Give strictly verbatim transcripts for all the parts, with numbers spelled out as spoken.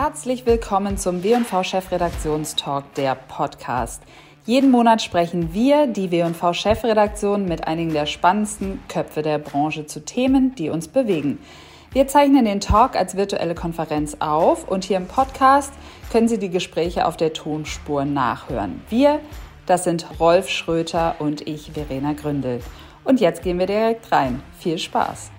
Herzlich willkommen zum W und V-Chefredaktionstalk, der Podcast. Jeden Monat sprechen wir, die W und V-Chefredaktion, mit einigen der spannendsten Köpfe der Branche zu Themen, die uns bewegen. Wir zeichnen den Talk als virtuelle Konferenz auf und hier im Podcast können Sie die Gespräche auf der Tonspur nachhören. Wir, das sind Rolf Schröter und ich, Verena Gründel. Und jetzt gehen wir direkt rein. Viel Spaß!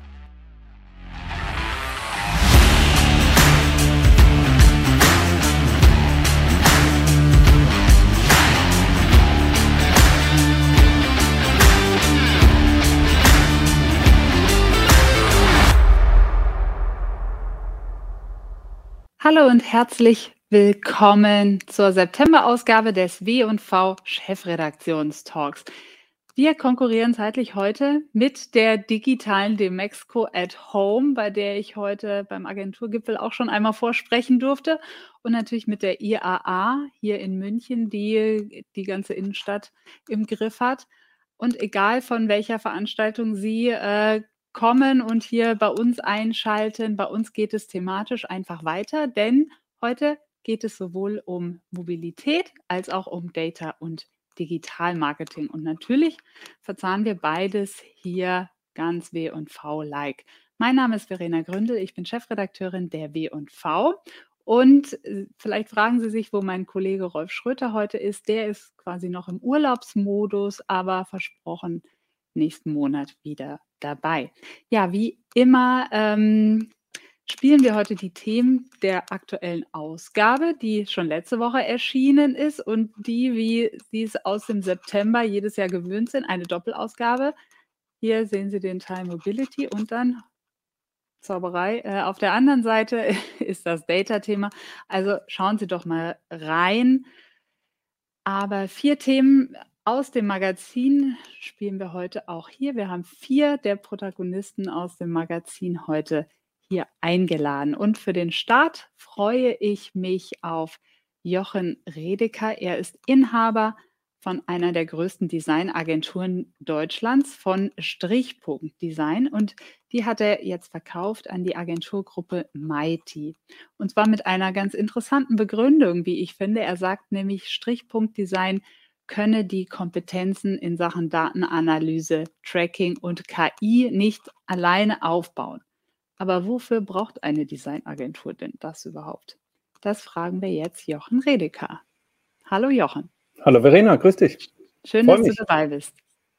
Hallo und herzlich willkommen zur September-Ausgabe des W und V-Chefredaktionstalks. Wir konkurrieren zeitlich heute mit der digitalen Demexco at Home, bei der ich heute beim Agenturgipfel auch schon einmal vorsprechen durfte, und natürlich mit der I A A hier in München, die die ganze Innenstadt im Griff hat. Und egal von welcher Veranstaltung Sie äh, kommen und hier bei uns einschalten, bei uns geht es thematisch einfach weiter, denn heute geht es sowohl um Mobilität als auch um Data und Digitalmarketing. Und natürlich verzahnen wir beides hier ganz W und V-like. Mein Name ist Verena Gründel, ich bin Chefredakteurin der W und V. Und vielleicht fragen Sie sich, wo mein Kollege Rolf Schröter heute ist. Der ist quasi noch im Urlaubsmodus, aber versprochen nächsten Monat wieder dabei. Ja, wie immer ähm, spielen wir heute die Themen der aktuellen Ausgabe, die schon letzte Woche erschienen ist und die, wie Sie es aus dem September jedes Jahr gewöhnt sind, eine Doppelausgabe. Hier sehen Sie den Teil Mobility und dann Zauberei. Äh, auf der anderen Seite ist das Data-Thema. Also schauen Sie doch mal rein. Aber vier Themen aus dem Magazin spielen wir heute auch hier. Wir haben vier der Protagonisten aus dem Magazin heute hier eingeladen. Und für den Start freue ich mich auf Jochen Redeker. Er ist Inhaber von einer der größten Designagenturen Deutschlands, von Strichpunkt Design. Und die hat er jetzt verkauft an die Agenturgruppe Mighty. Und zwar mit einer ganz interessanten Begründung, wie ich finde. Er sagt nämlich, Strichpunkt Design könne die Kompetenzen in Sachen Datenanalyse, Tracking und K I nicht alleine aufbauen. Aber wofür braucht eine Designagentur denn das überhaupt? Das fragen wir jetzt Jochen Redeker. Hallo Jochen. Hallo Verena, grüß dich. Schön, Freu dass mich. Du dabei bist.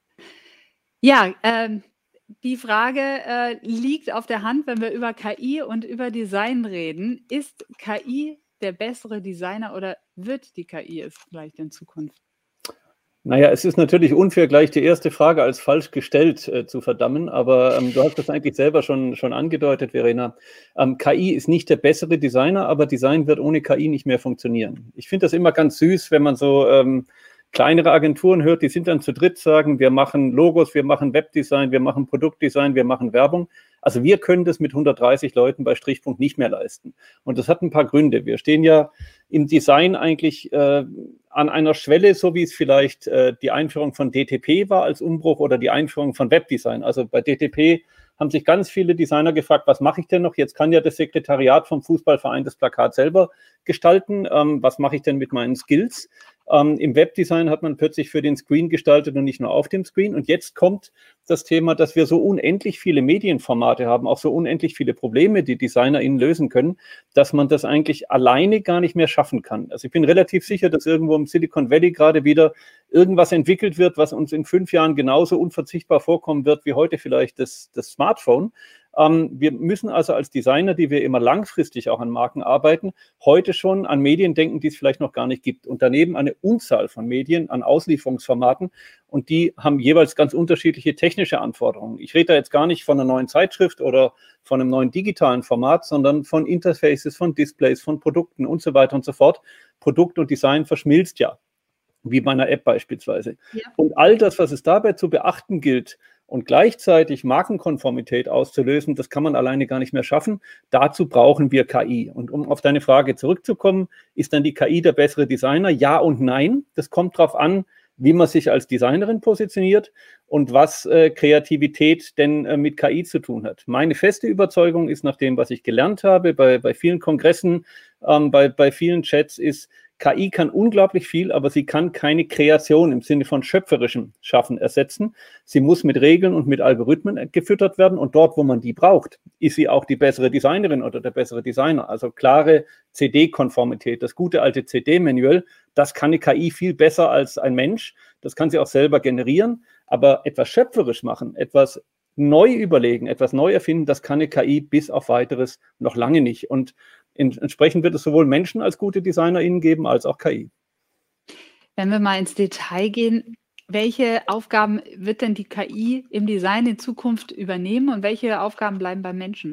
Ja, ähm, die Frage äh, liegt auf der Hand, wenn wir über K I und über Design reden. Ist K I der bessere Designer oder wird die K I es vielleicht in Zukunft? Naja, es ist natürlich unfair, gleich die erste Frage als falsch gestellt äh, zu verdammen, aber ähm, du hast das eigentlich selber schon, schon angedeutet, Verena. Ähm, K I ist nicht der bessere Designer, aber Design wird ohne K I nicht mehr funktionieren. Ich finde das immer ganz süß, wenn man so ähm, kleinere Agenturen hört, die sind dann zu dritt, sagen, wir machen Logos, wir machen Webdesign, wir machen Produktdesign, wir machen Werbung. Also wir können das mit hundertdreißig Leuten bei Strichpunkt nicht mehr leisten. Und das hat ein paar Gründe. Wir stehen ja im Design eigentlich äh, an einer Schwelle, so wie es vielleicht äh, die Einführung von D T P war als Umbruch oder die Einführung von Webdesign. Also bei D T P haben sich ganz viele Designer gefragt, was mache ich denn noch? Jetzt kann ja das Sekretariat vom Fußballverein das Plakat selber gestalten. Ähm, was mache ich denn mit meinen Skills? Ähm, Im Webdesign hat man plötzlich für den Screen gestaltet und nicht nur auf dem Screen. Und jetzt kommt das Thema, dass wir so unendlich viele Medienformate haben, auch so unendlich viele Probleme, die DesignerInnen lösen können, dass man das eigentlich alleine gar nicht mehr schaffen kann. Also ich bin relativ sicher, dass irgendwo im Silicon Valley gerade wieder irgendwas entwickelt wird, was uns in fünf Jahren genauso unverzichtbar vorkommen wird wie heute vielleicht das, das Smartphone. Ähm, wir müssen also als Designer, die wir immer langfristig auch an Marken arbeiten, heute schon an Medien denken, die es vielleicht noch gar nicht gibt. Und daneben eine Unzahl von Medien, an Auslieferungsformaten. Und die haben jeweils ganz unterschiedliche technische Anforderungen. Ich rede da jetzt gar nicht von einer neuen Zeitschrift oder von einem neuen digitalen Format, sondern von Interfaces, von Displays, von Produkten und so weiter und so fort. Produkt und Design verschmilzt ja, wie bei einer App beispielsweise. Ja. Und all das, was es dabei zu beachten gilt, und gleichzeitig Markenkonformität auszulösen, das kann man alleine gar nicht mehr schaffen. Dazu brauchen wir K I. Und um auf deine Frage zurückzukommen, ist dann die K I der bessere Designer? Ja und nein. Das kommt darauf an, wie man sich als Designerin positioniert und was äh, Kreativität denn äh, mit K I zu tun hat. Meine feste Überzeugung ist, nach dem, was ich gelernt habe, bei, bei vielen Kongressen, ähm, bei, bei vielen Chats, ist, K I kann unglaublich viel, aber sie kann keine Kreation im Sinne von schöpferischem Schaffen ersetzen. Sie muss mit Regeln und mit Algorithmen gefüttert werden und dort, wo man die braucht, ist sie auch die bessere Designerin oder der bessere Designer. Also klare C D-Konformität, das gute alte C D-Manual, das kann eine K I viel besser als ein Mensch. Das kann sie auch selber generieren, aber etwas schöpferisch machen, etwas neu überlegen, etwas neu erfinden, das kann eine K I bis auf Weiteres noch lange nicht. Und entsprechend wird es sowohl Menschen als gute DesignerInnen geben, als auch K I. Wenn wir mal ins Detail gehen, welche Aufgaben wird denn die K I im Design in Zukunft übernehmen und welche Aufgaben bleiben beim Menschen?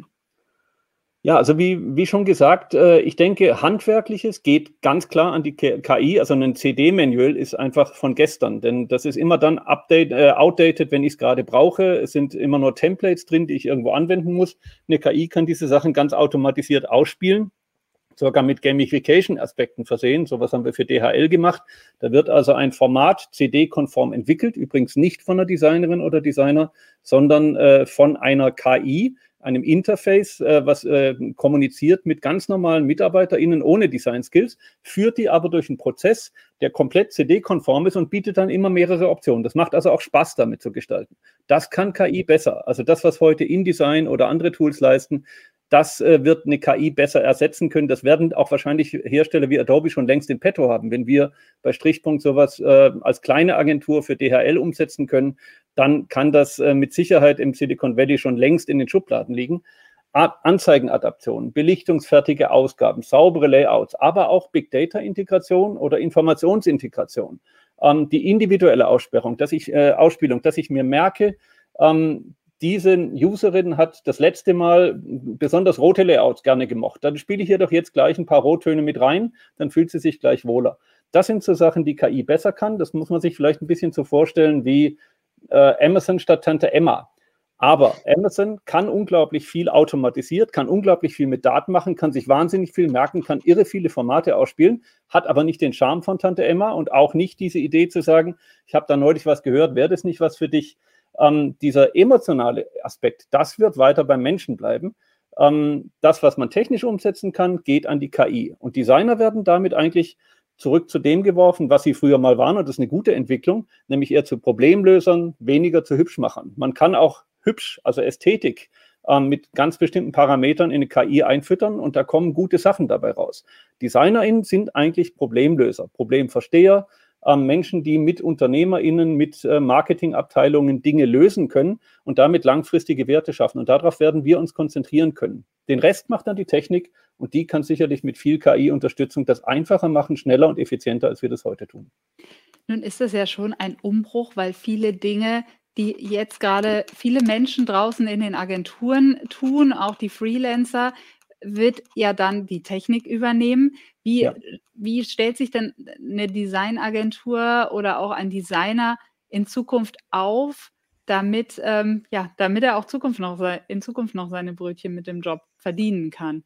Ja, also wie, wie schon gesagt, äh, ich denke, Handwerkliches geht ganz klar an die K I. Also ein C D-Manual ist einfach von gestern, denn das ist immer dann update, äh, outdated, wenn ich es gerade brauche. Es sind immer nur Templates drin, die ich irgendwo anwenden muss. Eine K I kann diese Sachen ganz automatisiert ausspielen, sogar mit Gamification-Aspekten versehen. Sowas haben wir für D H L gemacht. Da wird also ein Format C D-konform entwickelt, übrigens nicht von einer Designerin oder Designer, sondern äh, von einer K I, einem Interface, äh, was äh, kommuniziert mit ganz normalen MitarbeiterInnen ohne Design-Skills, führt die aber durch einen Prozess, der komplett C D-konform ist und bietet dann immer mehrere Optionen. Das macht also auch Spaß, damit zu gestalten. Das kann K I besser. Also das, was heute InDesign oder andere Tools leisten, das äh, wird eine K I besser ersetzen können. Das werden auch wahrscheinlich Hersteller wie Adobe schon längst in petto haben. Wenn wir bei Strichpunkt sowas äh, als kleine Agentur für D H L umsetzen können, dann kann das äh, mit Sicherheit im Silicon Valley schon längst in den Schubladen liegen. Anzeigenadaption, belichtungsfertige Ausgaben, saubere Layouts, aber auch Big Data Integration oder Informationsintegration. Ähm, die individuelle Aussperrung, dass ich, äh, Ausspielung, dass ich mir merke, ähm, diese Userin hat das letzte Mal besonders rote Layouts gerne gemocht. Dann spiele ich hier doch jetzt gleich ein paar Rottöne mit rein, dann fühlt sie sich gleich wohler. Das sind so Sachen, die K I besser kann. Das muss man sich vielleicht ein bisschen so vorstellen wie äh, Amazon statt Tante Emma. Aber Amazon kann unglaublich viel automatisiert, kann unglaublich viel mit Daten machen, kann sich wahnsinnig viel merken, kann irre viele Formate ausspielen, hat aber nicht den Charme von Tante Emma und auch nicht diese Idee zu sagen, ich habe da neulich was gehört, wäre das nicht was für dich? Ähm, dieser emotionale Aspekt, das wird weiter beim Menschen bleiben. Ähm, das, was man technisch umsetzen kann, geht an die K I. Und Designer werden damit eigentlich zurück zu dem geworfen, was sie früher mal waren. Und das ist eine gute Entwicklung, nämlich eher zu Problemlösern, weniger zu Hübschmachern. Man kann auch hübsch, also Ästhetik, ähm, mit ganz bestimmten Parametern in eine K I einfüttern und da kommen gute Sachen dabei raus. DesignerInnen sind eigentlich Problemlöser, Problemversteher, Menschen, die mit UnternehmerInnen, mit Marketingabteilungen Dinge lösen können und damit langfristige Werte schaffen. Und darauf werden wir uns konzentrieren können. Den Rest macht dann die Technik und die kann sicherlich mit viel K I-Unterstützung das einfacher machen, schneller und effizienter, als wir das heute tun. Nun ist das ja schon ein Umbruch, weil viele Dinge, die jetzt gerade viele Menschen draußen in den Agenturen tun, auch die Freelancer, wird ja dann die Technik übernehmen. Wie, Ja. wie stellt sich denn eine Designagentur oder auch ein Designer in Zukunft auf, damit, ähm, ja, damit er auch Zukunft noch sei, in Zukunft noch seine Brötchen mit dem Job verdienen kann?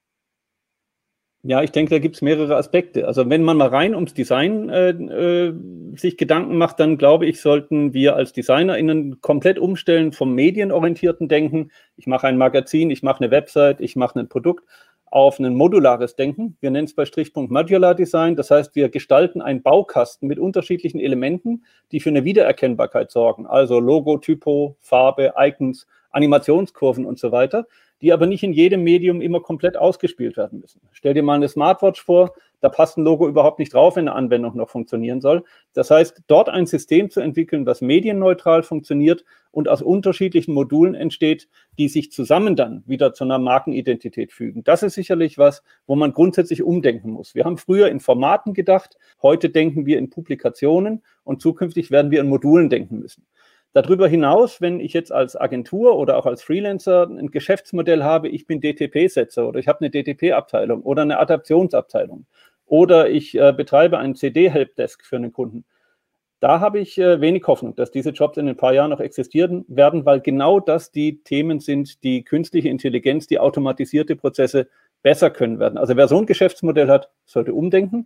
Ja, ich denke, da gibt es mehrere Aspekte. Also wenn man mal rein ums Design äh, äh, sich Gedanken macht, dann glaube ich, sollten wir als DesignerInnen komplett umstellen vom medienorientierten Denken. Ich mache ein Magazin, ich mache eine Website, ich mache ein Produkt, auf ein modulares Denken. Wir nennen es bei Strichpunkt Modular Design. Das heißt, wir gestalten einen Baukasten mit unterschiedlichen Elementen, die für eine Wiedererkennbarkeit sorgen. Also Logo, Typo, Farbe, Icons, Animationskurven und so weiter, die aber nicht in jedem Medium immer komplett ausgespielt werden müssen. Stell dir mal eine Smartwatch vor, da passt ein Logo überhaupt nicht drauf, wenn eine Anwendung noch funktionieren soll. Das heißt, dort ein System zu entwickeln, was medienneutral funktioniert und aus unterschiedlichen Modulen entsteht, die sich zusammen dann wieder zu einer Markenidentität fügen. Das ist sicherlich was, wo man grundsätzlich umdenken muss. Wir haben früher in Formaten gedacht, heute denken wir in Publikationen und zukünftig werden wir in Modulen denken müssen. Darüber hinaus, wenn ich jetzt als Agentur oder auch als Freelancer ein Geschäftsmodell habe, ich bin D T P-Setzer oder ich habe eine D T P-Abteilung oder eine Adaptionsabteilung oder ich äh, betreibe einen C D-Helpdesk für einen Kunden, da habe ich äh, wenig Hoffnung, dass diese Jobs in ein paar Jahren noch existieren werden, weil genau das die Themen sind, die künstliche Intelligenz, die automatisierte Prozesse besser können werden. Also wer so ein Geschäftsmodell hat, sollte umdenken.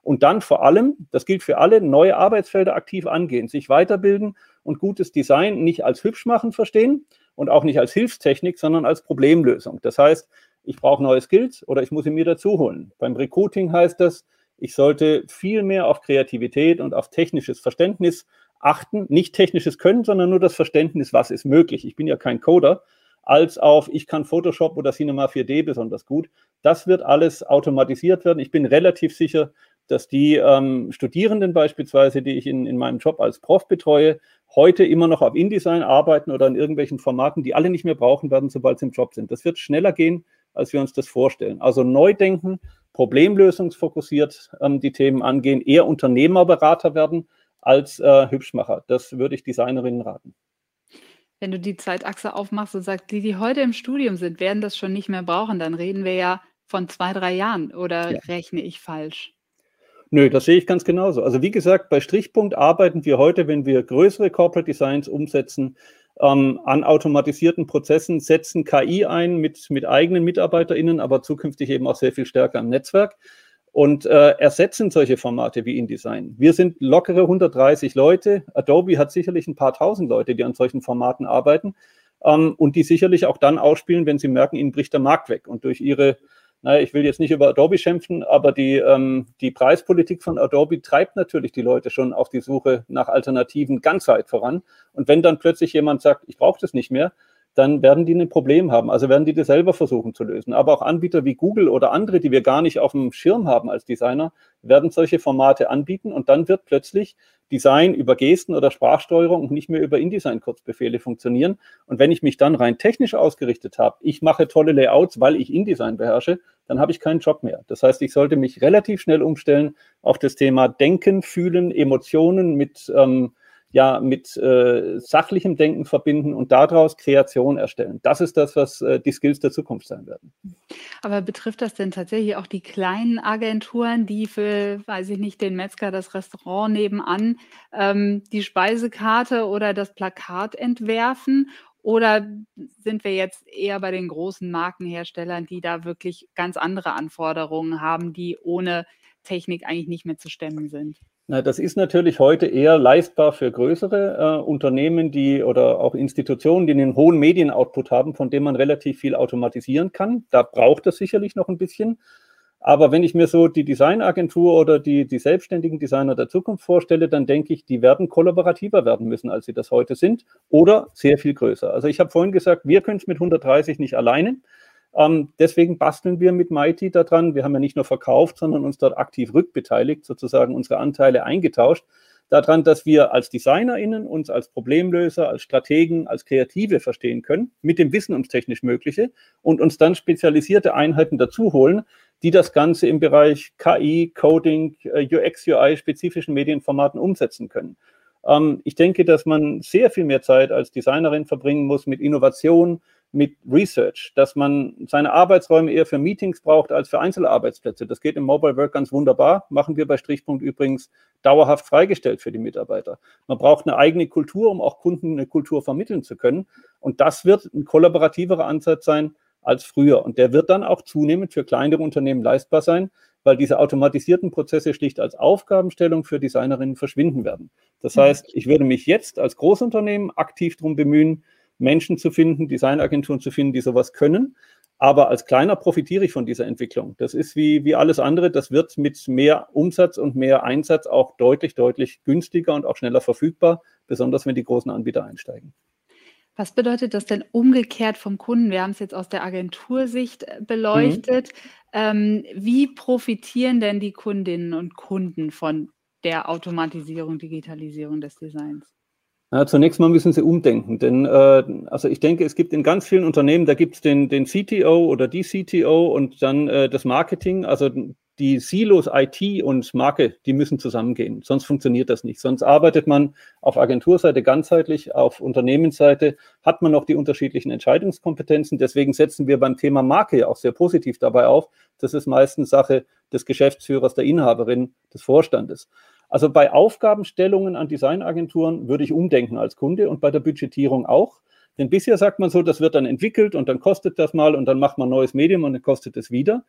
Und dann vor allem, das gilt für alle, neue Arbeitsfelder aktiv angehen, sich weiterbilden und gutes Design nicht als Hübschmachen verstehen und auch nicht als Hilfstechnik, sondern als Problemlösung. Das heißt, ich brauche neue Skills oder ich muss sie mir dazu holen. Beim Recruiting heißt das, ich sollte viel mehr auf Kreativität und auf technisches Verständnis achten, nicht technisches Können, sondern nur das Verständnis, was ist möglich. Ich bin ja kein Coder, als auf, ich kann Photoshop oder Cinema vier D besonders gut. Das wird alles automatisiert werden. Ich bin relativ sicher, dass die ähm, Studierenden beispielsweise, die ich in, in meinem Job als Prof betreue, heute immer noch auf InDesign arbeiten oder in irgendwelchen Formaten, die alle nicht mehr brauchen werden, sobald sie im Job sind. Das wird schneller gehen, als wir uns das vorstellen. Also neu denken, problemlösungsfokussiert ähm, die Themen angehen, eher Unternehmerberater werden als äh, Hübschmacher. Das würde ich Designerinnen raten. Wenn du die Zeitachse aufmachst und sagst, die, die heute im Studium sind, werden das schon nicht mehr brauchen, dann reden wir ja von zwei, drei Jahren. Oder Ja. rechne ich falsch? Nö, das sehe ich ganz genauso. Also wie gesagt, bei Strichpunkt arbeiten wir heute, wenn wir größere Corporate Designs umsetzen, ähm, an automatisierten Prozessen, setzen K I ein mit, mit eigenen MitarbeiterInnen, aber zukünftig eben auch sehr viel stärker im Netzwerk und äh, ersetzen solche Formate wie InDesign. Wir sind lockere hundertdreißig Leute. Adobe hat sicherlich ein paar tausend Leute, die an solchen Formaten arbeiten ähm, und die sicherlich auch dann ausspielen, wenn sie merken, ihnen bricht der Markt weg. Und durch ihre, naja, ich will jetzt nicht über Adobe schimpfen, aber die, ähm, die Preispolitik von Adobe treibt natürlich die Leute schon auf die Suche nach Alternativen ganz weit voran. Und wenn dann plötzlich jemand sagt, ich brauche das nicht mehr, dann werden die ein Problem haben. Also werden die das selber versuchen zu lösen. Aber auch Anbieter wie Google oder andere, die wir gar nicht auf dem Schirm haben als Designer, werden solche Formate anbieten und dann wird plötzlich Design über Gesten oder Sprachsteuerung und nicht mehr über InDesign-Kurzbefehle funktionieren. Und wenn ich mich dann rein technisch ausgerichtet habe, ich mache tolle Layouts, weil ich InDesign beherrsche, dann habe ich keinen Job mehr. Das heißt, ich sollte mich relativ schnell umstellen auf das Thema Denken, Fühlen, Emotionen mit ähm, ja mit äh, sachlichem Denken verbinden und daraus Kreation erstellen. Das ist das, was äh, die Skills der Zukunft sein werden. Aber betrifft das denn tatsächlich auch die kleinen Agenturen, die für, weiß ich nicht, den Metzger, das Restaurant nebenan, ähm, die Speisekarte oder das Plakat entwerfen? Oder sind wir jetzt eher bei den großen Markenherstellern, die da wirklich ganz andere Anforderungen haben, die ohne Technik eigentlich nicht mehr zu stemmen sind? Na, das ist natürlich heute eher leistbar für größere äh, Unternehmen, die oder auch Institutionen, die einen hohen Medienoutput haben, von dem man relativ viel automatisieren kann. Da braucht es sicherlich noch ein bisschen. Aber wenn ich mir so die Designagentur oder die, die selbstständigen Designer der Zukunft vorstelle, dann denke ich, die werden kollaborativer werden müssen, als sie das heute sind oder sehr viel größer. Also ich habe vorhin gesagt, wir können es mit hundertdreißig nicht alleine. Ähm, deswegen basteln wir mit Mighty daran. Wir haben ja nicht nur verkauft, sondern uns dort aktiv rückbeteiligt, sozusagen unsere Anteile eingetauscht, daran, dass wir als DesignerInnen uns als Problemlöser, als Strategen, als Kreative verstehen können, mit dem Wissen ums technisch Mögliche und uns dann spezialisierte Einheiten dazu holen, die das Ganze im Bereich K I, Coding, U X, U I, spezifischen Medienformaten umsetzen können. Ähm, ich denke, dass man sehr viel mehr Zeit als Designerin verbringen muss mit Innovation, mit Research, dass man seine Arbeitsräume eher für Meetings braucht als für Einzelarbeitsplätze. Das geht im Mobile Work ganz wunderbar, machen wir bei Strichpunkt übrigens dauerhaft freigestellt für die Mitarbeiter. Man braucht eine eigene Kultur, um auch Kunden eine Kultur vermitteln zu können. Und das wird ein kollaborativerer Ansatz sein als früher. Und der wird dann auch zunehmend für kleinere Unternehmen leistbar sein, weil diese automatisierten Prozesse schlicht als Aufgabenstellung für Designerinnen verschwinden werden. Das heißt, ich würde mich jetzt als Großunternehmen aktiv darum bemühen, Menschen zu finden, Designagenturen zu finden, die sowas können. Aber als Kleiner profitiere ich von dieser Entwicklung. Das ist wie, wie alles andere. Das wird mit mehr Umsatz und mehr Einsatz auch deutlich, deutlich günstiger und auch schneller verfügbar, besonders wenn die großen Anbieter einsteigen. Was bedeutet das denn umgekehrt vom Kunden? Wir haben es jetzt aus der Agentursicht äh, beleuchtet. Mhm. Ähm, wie profitieren denn die Kundinnen und Kunden von der Automatisierung, Digitalisierung des Designs? Ja, zunächst mal müssen sie umdenken, denn äh, also ich denke, es gibt in ganz vielen Unternehmen, da gibt es den, den C T O oder die C T O und dann äh, das Marketing, also die Silos I T und Marke, die müssen zusammengehen, sonst funktioniert das nicht. Sonst arbeitet man auf Agenturseite ganzheitlich, auf Unternehmensseite hat man noch die unterschiedlichen Entscheidungskompetenzen. Deswegen setzen wir beim Thema Marke ja auch sehr positiv dabei auf. Das ist meistens Sache des Geschäftsführers, der Inhaberin, des Vorstandes. Also bei Aufgabenstellungen an Designagenturen würde ich umdenken als Kunde und bei der Budgetierung auch. Denn bisher sagt man so, das wird dann entwickelt und dann kostet das mal und dann macht man ein neues Medium und dann kostet es wieder.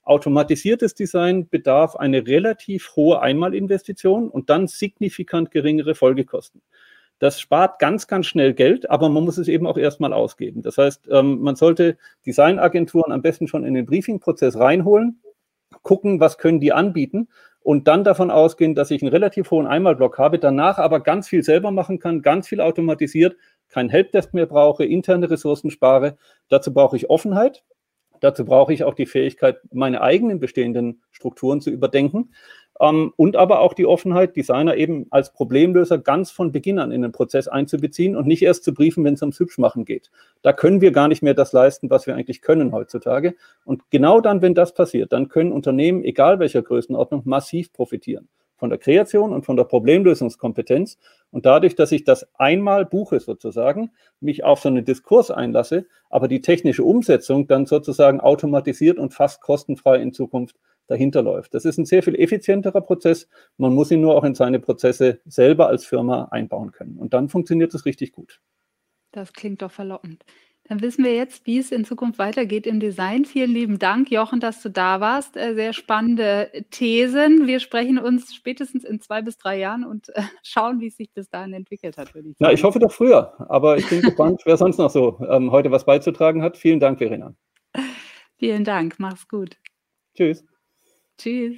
Automatisiertes Design bedarf eine relativ hohe Einmalinvestition und dann signifikant geringere Folgekosten. Das spart ganz, ganz schnell Geld, aber man muss es eben auch erstmal ausgeben. Das heißt, man sollte Designagenturen am besten schon in den Briefing-Prozess reinholen, gucken, was können die anbieten und dann davon ausgehen, dass ich einen relativ hohen Einmalblock habe, danach aber ganz viel selber machen kann, ganz viel automatisiert, kein Helpdesk mehr brauche, interne Ressourcen spare. Dazu brauche ich Offenheit. Dazu brauche ich auch die Fähigkeit, meine eigenen bestehenden Strukturen zu überdenken ähm, und aber auch die Offenheit, Designer eben als Problemlöser ganz von Beginn an in den Prozess einzubeziehen und nicht erst zu briefen, wenn es ums Hübschmachen geht. Da können wir gar nicht mehr das leisten, was wir eigentlich können heutzutage. Und genau dann, wenn das passiert, dann können Unternehmen, egal welcher Größenordnung, massiv profitieren. Von der Kreation und von der Problemlösungskompetenz. Und dadurch, dass ich das einmal buche sozusagen, mich auf so einen Diskurs einlasse, aber die technische Umsetzung dann sozusagen automatisiert und fast kostenfrei in Zukunft dahinter läuft. Das ist ein sehr viel effizienterer Prozess. Man muss ihn nur auch in seine Prozesse selber als Firma einbauen können. Und dann funktioniert es richtig gut. Das klingt doch verlockend. Dann wissen wir jetzt, wie es in Zukunft weitergeht im Design. Vielen lieben Dank, Jochen, dass du da warst. Äh, sehr spannende Thesen. Wir sprechen uns spätestens in zwei bis drei Jahren und äh, schauen, wie es sich bis dahin entwickelt hat, würde ich sagen. Na, ich hoffe doch früher, aber ich bin gespannt, wer sonst noch so ähm, heute was beizutragen hat. Vielen Dank, Verena. Vielen Dank, mach's gut. Tschüss. Tschüss.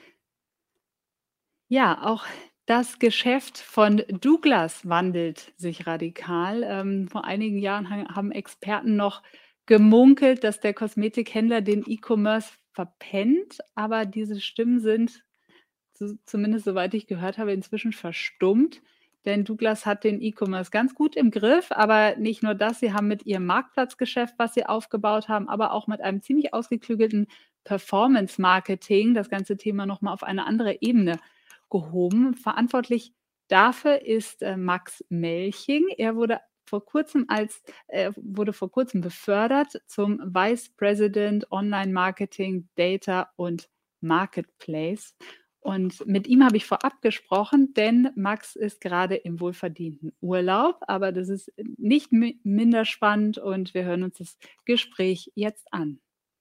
Ja, auch das Geschäft von Douglas wandelt sich radikal. Ähm, vor einigen Jahren haben Experten noch gemunkelt, dass der Kosmetikhändler den E-Commerce verpennt, aber diese Stimmen sind, zu, zumindest soweit ich gehört habe, inzwischen verstummt. Denn Douglas hat den E-Commerce ganz gut im Griff, aber nicht nur das, sie haben mit ihrem Marktplatzgeschäft, was sie aufgebaut haben, aber auch mit einem ziemlich ausgeklügelten Performance-Marketing das ganze Thema nochmal auf eine andere Ebene gehoben. Verantwortlich dafür ist äh, Max Melching. Er wurde vor kurzem als äh, wurde vor kurzem befördert zum Vice President Online Marketing, Data und Marketplace. Und mit ihm habe ich vorab gesprochen, denn Max ist gerade im wohlverdienten Urlaub, aber das ist nicht mi- minder spannend und wir hören uns das Gespräch jetzt an.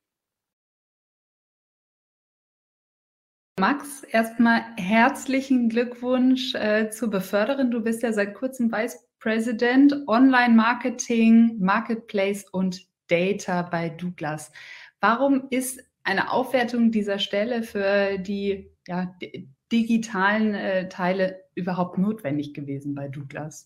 Max, erstmal herzlichen Glückwunsch äh, zur Beförderung. Du bist ja seit kurzem Vice President Online Marketing, Marketplace und Data bei Douglas. Warum ist eine Aufwertung dieser Stelle für die ja, di- digitalen äh, Teile überhaupt notwendig gewesen bei Douglas?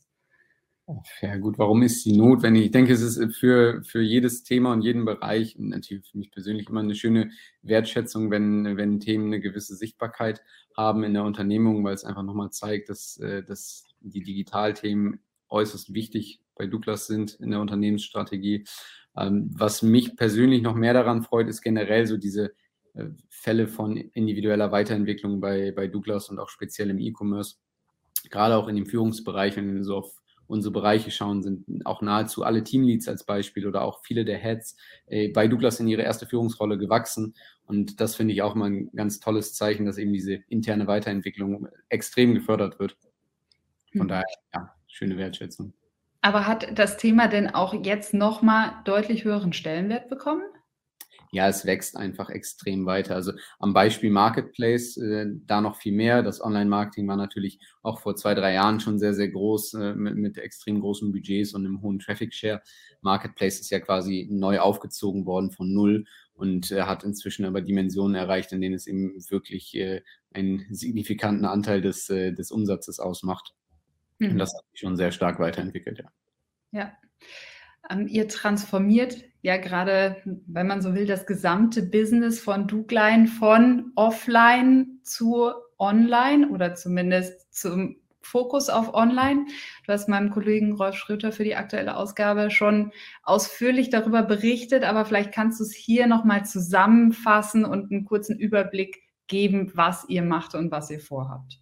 Ja gut, warum ist sie notwendig? Ich denke, es ist für, für jedes Thema und jeden Bereich und natürlich für mich persönlich immer eine schöne Wertschätzung, wenn, wenn Themen eine gewisse Sichtbarkeit haben in der Unternehmung, weil es einfach nochmal zeigt, dass, dass die Digitalthemen äußerst wichtig bei Douglas sind in der Unternehmensstrategie. Was mich persönlich noch mehr daran freut, ist generell so diese Fälle von individueller Weiterentwicklung bei, bei Douglas und auch speziell im E-Commerce. Gerade auch in dem Führungsbereich, wenn wir so auf unsere Bereiche schauen, sind auch nahezu alle Teamleads als Beispiel oder auch viele der Heads äh, bei Douglas in ihre erste Führungsrolle gewachsen. Und das finde ich auch mal ein ganz tolles Zeichen, dass eben diese interne Weiterentwicklung extrem gefördert wird. Von hm. daher, ja, schöne Wertschätzung. Aber hat das Thema denn auch jetzt nochmal deutlich höheren Stellenwert bekommen? Ja, es wächst einfach extrem weiter. Also am Beispiel Marketplace, äh, da noch viel mehr. Das Online-Marketing war natürlich auch vor zwei, drei Jahren schon sehr, sehr groß, äh, mit, mit extrem großen Budgets und einem hohen Traffic-Share. Marketplace ist ja quasi neu aufgezogen worden von null und äh, hat inzwischen aber Dimensionen erreicht, in denen es eben wirklich äh, einen signifikanten Anteil des, äh, des Umsatzes ausmacht. Mhm. Und das hat sich schon sehr stark weiterentwickelt, ja. Ja. Ähm, ihr transformiert ja gerade, wenn man so will, das gesamte Business von Douglas von offline zu online oder zumindest zum Fokus auf online. Du hast meinem Kollegen Rolf Schröter für die aktuelle Ausgabe schon ausführlich darüber berichtet, aber vielleicht kannst du es hier nochmal zusammenfassen und einen kurzen Überblick geben, was ihr macht und was ihr vorhabt.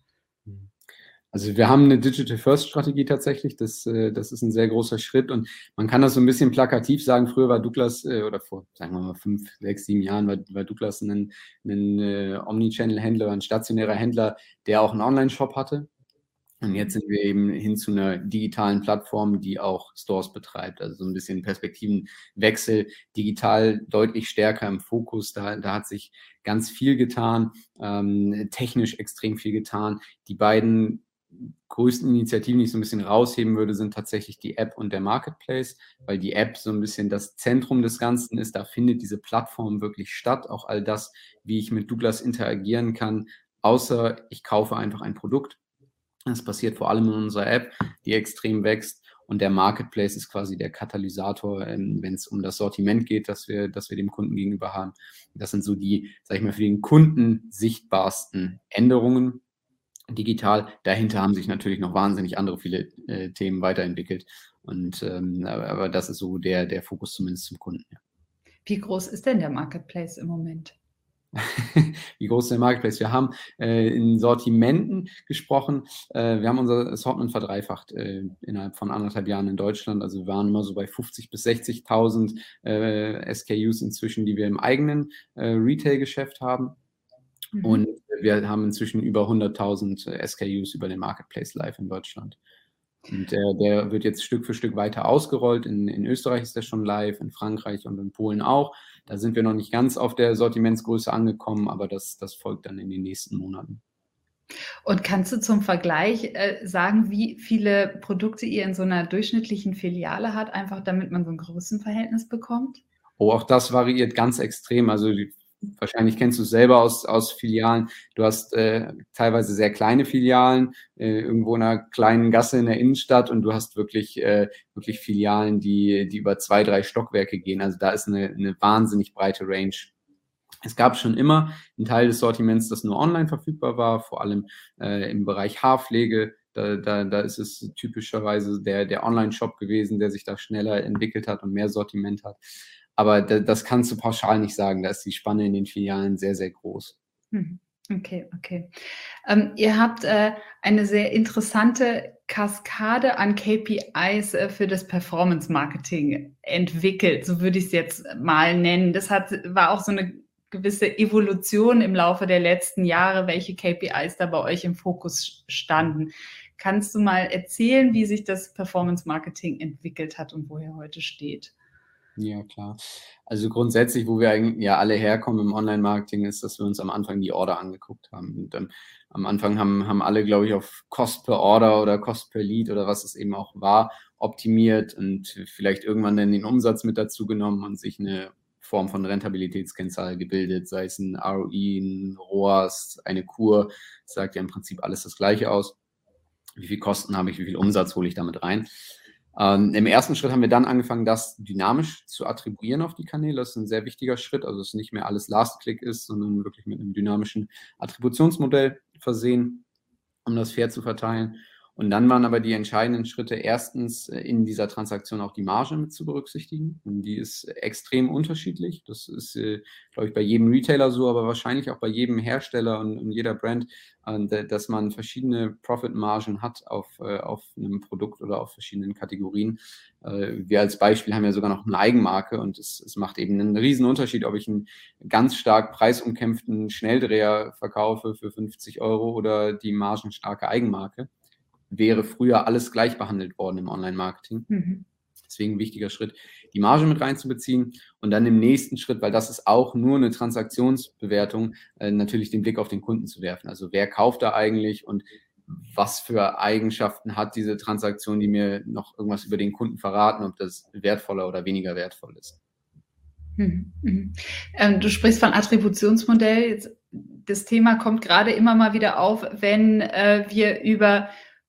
Also wir haben eine Digital-First-Strategie tatsächlich, das, das ist ein sehr großer Schritt und man kann das so ein bisschen plakativ sagen, früher war Douglas, oder vor, sagen wir mal, fünf, sechs, sieben Jahren war, war Douglas ein, ein Omnichannel-Händler, ein stationärer Händler, der auch einen Online-Shop hatte. Und jetzt sind wir eben hin zu einer digitalen Plattform, die auch Stores betreibt. Also so ein bisschen Perspektivenwechsel, digital deutlich stärker im Fokus. Da, da hat sich ganz viel getan, ähm, technisch extrem viel getan. Die beiden größten Initiativen, die ich so ein bisschen rausheben würde, sind tatsächlich die App und der Marketplace, weil die App so ein bisschen das Zentrum des Ganzen ist. Da findet diese Plattform wirklich statt. Auch all das, wie ich mit Douglas interagieren kann, außer ich kaufe einfach ein Produkt. Das passiert vor allem in unserer App, die extrem wächst. Und der Marketplace ist quasi der Katalysator, ähm, wenn es um das Sortiment geht, das wir, das wir dem Kunden gegenüber haben. Das sind so die, sag ich mal, für den Kunden sichtbarsten Änderungen digital. Dahinter haben sich natürlich noch wahnsinnig andere viele äh, Themen weiterentwickelt. Und ähm, aber, aber das ist so der, der Fokus zumindest zum Kunden. Ja. Wie groß ist denn der Marketplace im Moment? Wie groß ist der Marketplace? Wir haben äh, in Sortimenten gesprochen. Äh, wir haben unser Assortment verdreifacht äh, innerhalb von anderthalb Jahren in Deutschland. Also wir waren immer so bei fünfzigtausend bis sechzigtausend äh, S K Us inzwischen, die wir im eigenen äh, Retail-Geschäft haben. Mhm. Und wir haben inzwischen über hunderttausend äh, S K Us über den Marketplace live in Deutschland. Und der, der wird jetzt Stück für Stück weiter ausgerollt. In, in Österreich ist der schon live, in Frankreich und in Polen auch. Da sind wir noch nicht ganz auf der Sortimentsgröße angekommen, aber das, das folgt dann in den nächsten Monaten. Und kannst du zum Vergleich äh, sagen, wie viele Produkte ihr in so einer durchschnittlichen Filiale habt, einfach damit man so ein Größenverhältnis bekommt? Oh, auch das variiert ganz extrem. Also die Wahrscheinlich kennst du es selber aus, aus Filialen. Du hast äh, teilweise sehr kleine Filialen, äh, irgendwo in einer kleinen Gasse in der Innenstadt, und du hast wirklich, äh, wirklich Filialen, die, die über zwei, drei Stockwerke gehen. Also da ist eine, eine wahnsinnig breite Range. Es gab schon immer einen Teil des Sortiments, das nur online verfügbar war, vor allem äh, im Bereich Haarpflege. Da, da, da ist es typischerweise der, der Online-Shop gewesen, der sich da schneller entwickelt hat und mehr Sortiment hat. Aber da, das kannst du pauschal nicht sagen. Da ist die Spanne in den Filialen sehr, sehr groß. Okay, okay. Ähm, ihr habt äh, eine sehr interessante Kaskade an K P Is äh, für das Performance-Marketing entwickelt, so würde ich es jetzt mal nennen. Das hat, war auch so eine gewisse Evolution im Laufe der letzten Jahre, welche K P Is da bei euch im Fokus standen. Kannst du mal erzählen, wie sich das Performance-Marketing entwickelt hat und wo ihr heute steht? Ja, klar. Also grundsätzlich, wo wir eigentlich ja alle herkommen im Online-Marketing, ist, dass wir uns am Anfang die Order angeguckt haben. Und ähm, am Anfang haben, haben alle, glaube ich, auf Cost per Order oder Cost per Lead oder was es eben auch war, optimiert und vielleicht irgendwann dann den Umsatz mit dazu genommen und sich eine Form von Rentabilitätskennzahl gebildet, sei es ein R O I, ein R O A S, eine Kur. Das sagt ja im Prinzip alles das Gleiche aus. Wie viel Kosten habe ich, wie viel Umsatz hole ich damit rein? Ähm, Im ersten Schritt haben wir dann angefangen, das dynamisch zu attribuieren auf die Kanäle. Das ist ein sehr wichtiger Schritt, also dass nicht mehr alles Last-Click ist, sondern wirklich mit einem dynamischen Attributionsmodell versehen, um das fair zu verteilen. Und dann waren aber die entscheidenden Schritte, erstens in dieser Transaktion auch die Marge mit zu berücksichtigen. Und die ist extrem unterschiedlich. Das ist, glaube ich, bei jedem Retailer so, aber wahrscheinlich auch bei jedem Hersteller und, und jeder Brand, dass man verschiedene Profit-Margen hat auf, auf einem Produkt oder auf verschiedenen Kategorien. Wir als Beispiel haben ja sogar noch eine Eigenmarke, und es, es macht eben einen riesen Unterschied, ob ich einen ganz stark preisumkämpften Schnelldreher verkaufe für fünfzig Euro oder die margenstarke Eigenmarke. Wäre früher alles gleich behandelt worden im Online-Marketing. Mhm. Deswegen ein wichtiger Schritt, die Marge mit reinzubeziehen, und dann im nächsten Schritt, weil das ist auch nur eine Transaktionsbewertung, äh, natürlich den Blick auf den Kunden zu werfen. Also wer kauft da eigentlich und was für Eigenschaften hat diese Transaktion, die mir noch irgendwas über den Kunden verraten, ob das wertvoller oder weniger wertvoll ist. Mhm. Mhm. Ähm, du sprichst von Attributionsmodell. Jetzt, das Thema kommt gerade immer mal wieder auf, wenn äh, wir über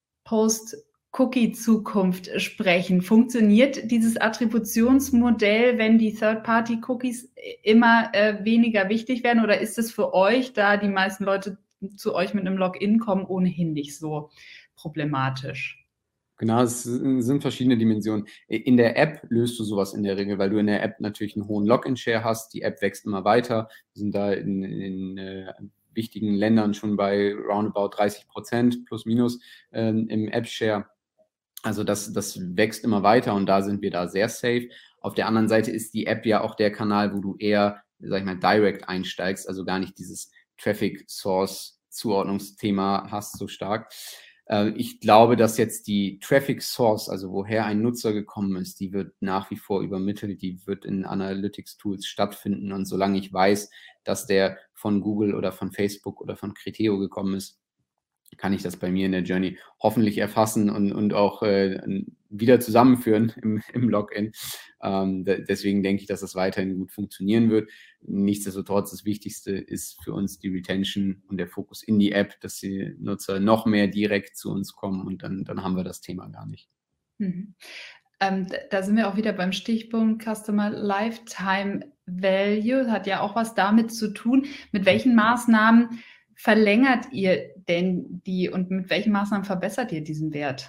Post-Cookie-Zukunft sprechen. Funktioniert dieses Attributionsmodell, wenn die Third-Party-Cookies immer äh, weniger wichtig werden, oder ist es für euch, da die meisten Leute zu euch mit einem Login kommen, ohnehin nicht so problematisch? Genau, es sind verschiedene Dimensionen. In der App löst du sowas in der Regel, weil du in der App natürlich einen hohen Login-Share hast. Die App wächst immer weiter. Wir sind da in, in äh, wichtigen Ländern schon bei roundabout dreißig Prozent plus minus ähm, im App-Share. Also das, das wächst immer weiter, und da sind wir da sehr safe. Auf der anderen Seite ist die App ja auch der Kanal, wo du eher, sag ich mal, direct einsteigst, also gar nicht dieses Traffic-Source-Zuordnungsthema hast so stark. Äh, ich glaube, dass jetzt die Traffic Source, also woher ein Nutzer gekommen ist, die wird nach wie vor übermittelt, die wird in Analytics-Tools stattfinden. Und solange ich weiß, dass der von Google oder von Facebook oder von Criteo gekommen ist, kann ich das bei mir in der Journey hoffentlich erfassen und, und auch äh, wieder zusammenführen im, im Login. Ähm, deswegen denke ich, dass das weiterhin gut funktionieren wird. Nichtsdestotrotz, das Wichtigste ist für uns die Retention und der Fokus in die App, dass die Nutzer noch mehr direkt zu uns kommen und dann, dann haben wir das Thema gar nicht. Mhm. Ähm, da sind wir auch wieder beim Stichpunkt Customer Lifetime Value. Hat ja auch was damit zu tun. Mit welchen Maßnahmen verlängert ihr denn die und mit welchen Maßnahmen verbessert ihr diesen Wert?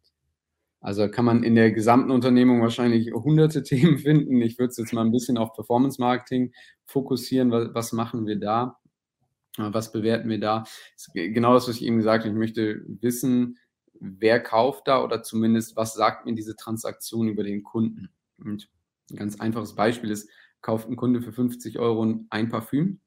Also kann man in der gesamten Unternehmung wahrscheinlich hunderte Themen finden. Ich würde es jetzt mal ein bisschen auf Performance Marketing fokussieren. Was, was machen wir da? Was bewerten wir da? Das ist genau das, was ich eben gesagt habe. Ich möchte wissen, wer kauft da oder zumindest, was sagt mir diese Transaktion über den Kunden? Und ein ganz einfaches Beispiel ist, kauft ein Kunde für fünfzig Euro ein Parfüm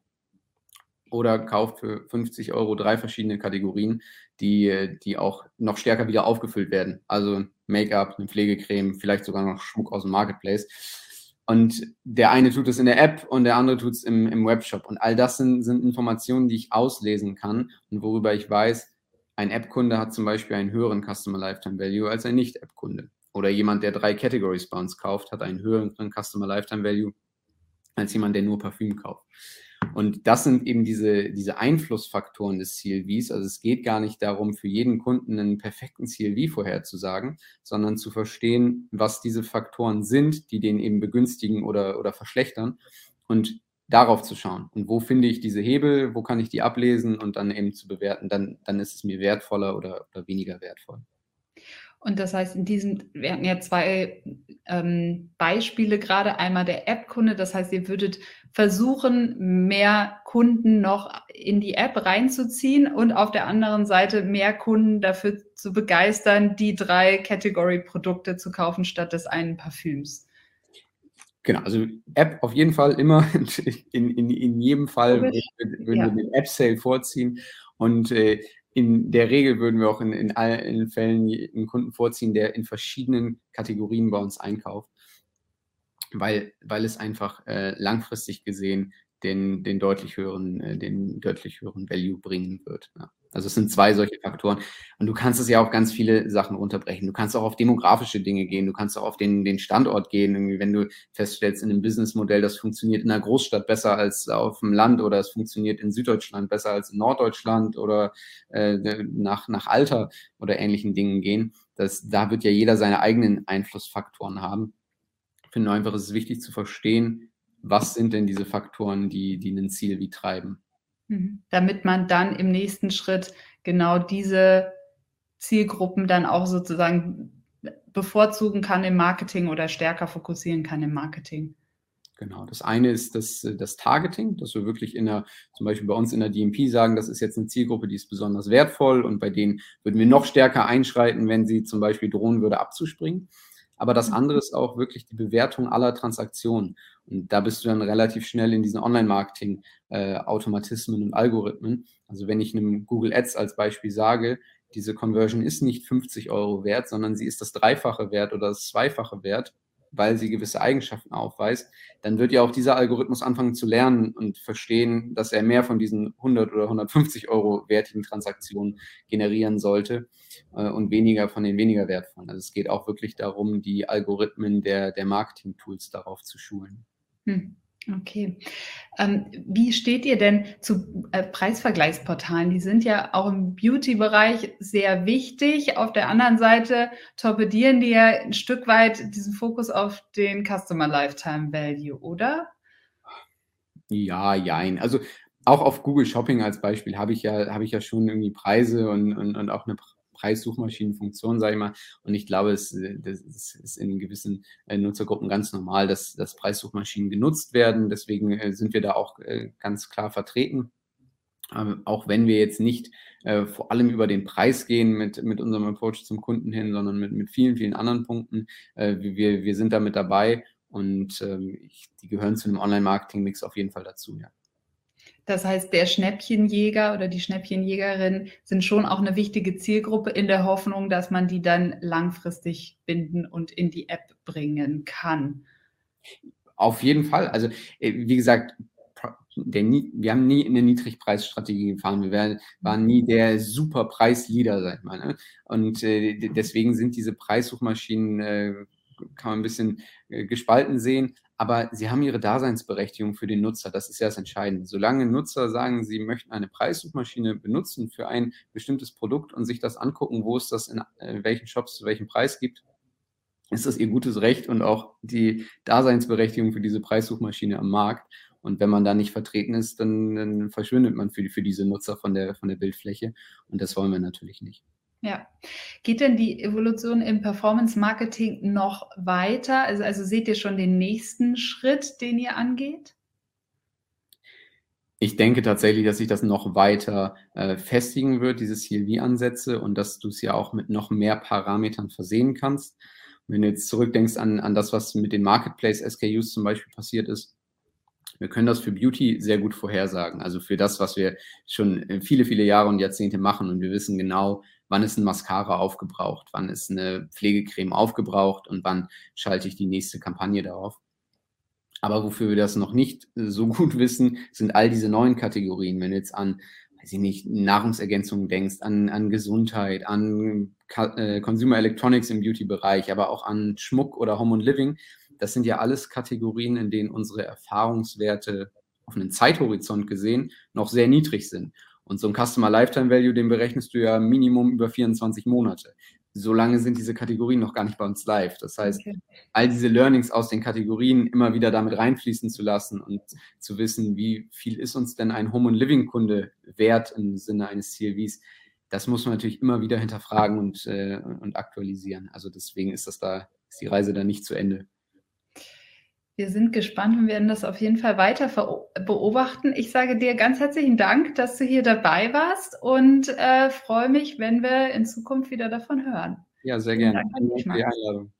oder kauft für fünfzig Euro drei verschiedene Kategorien, die, die auch noch stärker wieder aufgefüllt werden. Also Make-up, eine Pflegecreme, vielleicht sogar noch Schmuck aus dem Marketplace. Und der eine tut es in der App und der andere tut es im, im Webshop. Und all das sind, sind Informationen, die ich auslesen kann und worüber ich weiß, ein App-Kunde hat zum Beispiel einen höheren Customer Lifetime Value als ein Nicht-App-Kunde. Oder jemand, der drei Categories bei uns kauft, hat einen höheren Customer Lifetime Value als jemand, der nur Parfüm kauft. Und das sind eben diese, diese Einflussfaktoren des C L Vs. Also es geht gar nicht darum, für jeden Kunden einen perfekten C L V vorherzusagen, sondern zu verstehen, was diese Faktoren sind, die den eben begünstigen oder, oder verschlechtern und darauf zu schauen. Und wo finde ich diese Hebel, wo kann ich die ablesen und dann eben zu bewerten, dann, dann ist es mir wertvoller oder, oder weniger wertvoll. Und das heißt, in diesem, wir hatten ja zwei ähm, Beispiele gerade, einmal der App-Kunde, das heißt, ihr würdet versuchen, mehr Kunden noch in die App reinzuziehen und auf der anderen Seite mehr Kunden dafür zu begeistern, die drei Category-Produkte zu kaufen statt des einen Parfüms. Genau, also App auf jeden Fall immer, in, in, in jedem Fall würden, würden ja. wir den App-Sale vorziehen und äh, in der Regel würden wir auch in, in allen Fällen einen Kunden vorziehen, der in verschiedenen Kategorien bei uns einkauft, weil, weil es einfach äh, langfristig gesehen den, den, deutlich höheren, äh, den deutlich höheren Value bringen wird. Ja. Also es sind zwei solche Faktoren. Und du kannst es ja auf ganz viele Sachen runterbrechen. Du kannst auch auf demografische Dinge gehen. Du kannst auch auf den, den Standort gehen. Irgendwie, wenn du feststellst, in einem Businessmodell, das funktioniert in einer Großstadt besser als auf dem Land oder es funktioniert in Süddeutschland besser als in Norddeutschland oder äh, nach, nach Alter oder ähnlichen Dingen gehen. Das, da wird ja jeder seine eigenen Einflussfaktoren haben. Ich finde einfach, es ist wichtig zu verstehen, was sind denn diese Faktoren, die, die ein Ziel wie treiben. Damit man dann im nächsten Schritt genau diese Zielgruppen dann auch sozusagen bevorzugen kann im Marketing oder stärker fokussieren kann im Marketing. Genau, das eine ist das, das Targeting, dass wir wirklich in der, zum Beispiel bei uns in der D M P sagen, das ist jetzt eine Zielgruppe, die ist besonders wertvoll und bei denen würden wir noch stärker einschreiten, wenn sie zum Beispiel drohen würde, abzuspringen. Aber das andere ist auch wirklich die Bewertung aller Transaktionen. Und da bist du dann relativ schnell in diesen Online-Marketing-Automatismen äh, und Algorithmen. Also wenn ich einem Google Ads als Beispiel sage, diese Conversion ist nicht fünfzig Euro wert, sondern sie ist das Dreifache wert oder das Zweifache wert, weil sie gewisse Eigenschaften aufweist, dann wird ja auch dieser Algorithmus anfangen zu lernen und verstehen, dass er mehr von diesen hundert oder hundertfünfzig Euro wertigen Transaktionen generieren sollte äh, und weniger von den weniger wertvollen. Also es geht auch wirklich darum, die Algorithmen der, der Marketing-Tools darauf zu schulen. Hm. Okay. Ähm, wie steht ihr denn zu äh, Preisvergleichsportalen? Die sind ja auch im Beauty-Bereich sehr wichtig. Auf der anderen Seite torpedieren die ja ein Stück weit diesen Fokus auf den Customer Lifetime Value, oder? Ja, jein. Also auch auf Google Shopping als Beispiel habe ich ja, habe ich ja schon irgendwie Preise und, und, und auch eine Preissuchmaschinenfunktion, sage ich mal. Und ich glaube, es das ist in gewissen äh, Nutzergruppen ganz normal, dass, dass Preissuchmaschinen genutzt werden. Deswegen äh, sind wir da auch äh, ganz klar vertreten. Ähm, auch wenn wir jetzt nicht äh, vor allem über den Preis gehen mit, mit unserem Approach zum Kunden hin, sondern mit, mit vielen, vielen anderen Punkten. Äh, wir, wir sind da mit dabei und ähm, ich, die gehören zu einem Online-Marketing-Mix auf jeden Fall dazu, ja. Das heißt, der Schnäppchenjäger oder die Schnäppchenjägerin sind schon auch eine wichtige Zielgruppe in der Hoffnung, dass man die dann langfristig binden und in die App bringen kann. Auf jeden Fall. Also, äh, wie gesagt, der, wir haben nie eine Niedrigpreisstrategie gefahren. Wir werden, waren nie der super Preisleader, sag ich mal. Ne? Und äh, deswegen sind diese Preissuchmaschinen, äh, kann man ein bisschen äh, gespalten sehen, aber sie haben ihre Daseinsberechtigung für den Nutzer. Das ist ja das Entscheidende. Solange Nutzer sagen, sie möchten eine Preissuchmaschine benutzen für ein bestimmtes Produkt und sich das angucken, wo es das in äh, welchen Shops zu welchem Preis gibt, ist das ihr gutes Recht und auch die Daseinsberechtigung für diese Preissuchmaschine am Markt. Und wenn man da nicht vertreten ist, dann, dann verschwindet man für, die, für diese Nutzer von der, von der Bildfläche. Und das wollen wir natürlich nicht. Ja. Geht denn die Evolution im Performance-Marketing noch weiter? Also, also seht ihr schon den nächsten Schritt, den ihr angeht? Ich denke tatsächlich, dass sich das noch weiter äh, festigen wird, diese C L V-Ansätze, und dass du es ja auch mit noch mehr Parametern versehen kannst. Wenn du jetzt zurückdenkst an, an das, was mit den Marketplace-S K Us zum Beispiel passiert ist, wir können das für Beauty sehr gut vorhersagen. Also für das, was wir schon viele, viele Jahre und Jahrzehnte machen. Und wir wissen genau, wann ist ein Mascara aufgebraucht, wann ist eine Pflegecreme aufgebraucht und wann schalte ich die nächste Kampagne darauf. Aber wofür wir das noch nicht so gut wissen, sind all diese neuen Kategorien. Wenn du jetzt an, weiß ich nicht, Nahrungsergänzungen denkst, an, an Gesundheit, an äh, Consumer Electronics im Beauty-Bereich, aber auch an Schmuck oder Home and Living. Das sind ja alles Kategorien, in denen unsere Erfahrungswerte auf einen Zeithorizont gesehen noch sehr niedrig sind. Und so ein Customer Lifetime Value, den berechnest du ja Minimum über vierundzwanzig Monate. So lange sind diese Kategorien noch gar nicht bei uns live. Das heißt, okay, all diese Learnings aus den Kategorien immer wieder damit reinfließen zu lassen und zu wissen, wie viel ist uns denn ein Home and Living Kunde wert im Sinne eines C L Vs, das muss man natürlich immer wieder hinterfragen und, äh, und aktualisieren. Also deswegen ist das da, ist die Reise da nicht zu Ende. Wir sind gespannt und werden das auf jeden Fall weiter beobachten. Ich sage dir ganz herzlichen Dank, dass du hier dabei warst und äh, freue mich, wenn wir in Zukunft wieder davon hören. Ja, sehr gerne. Danke für die Einladung.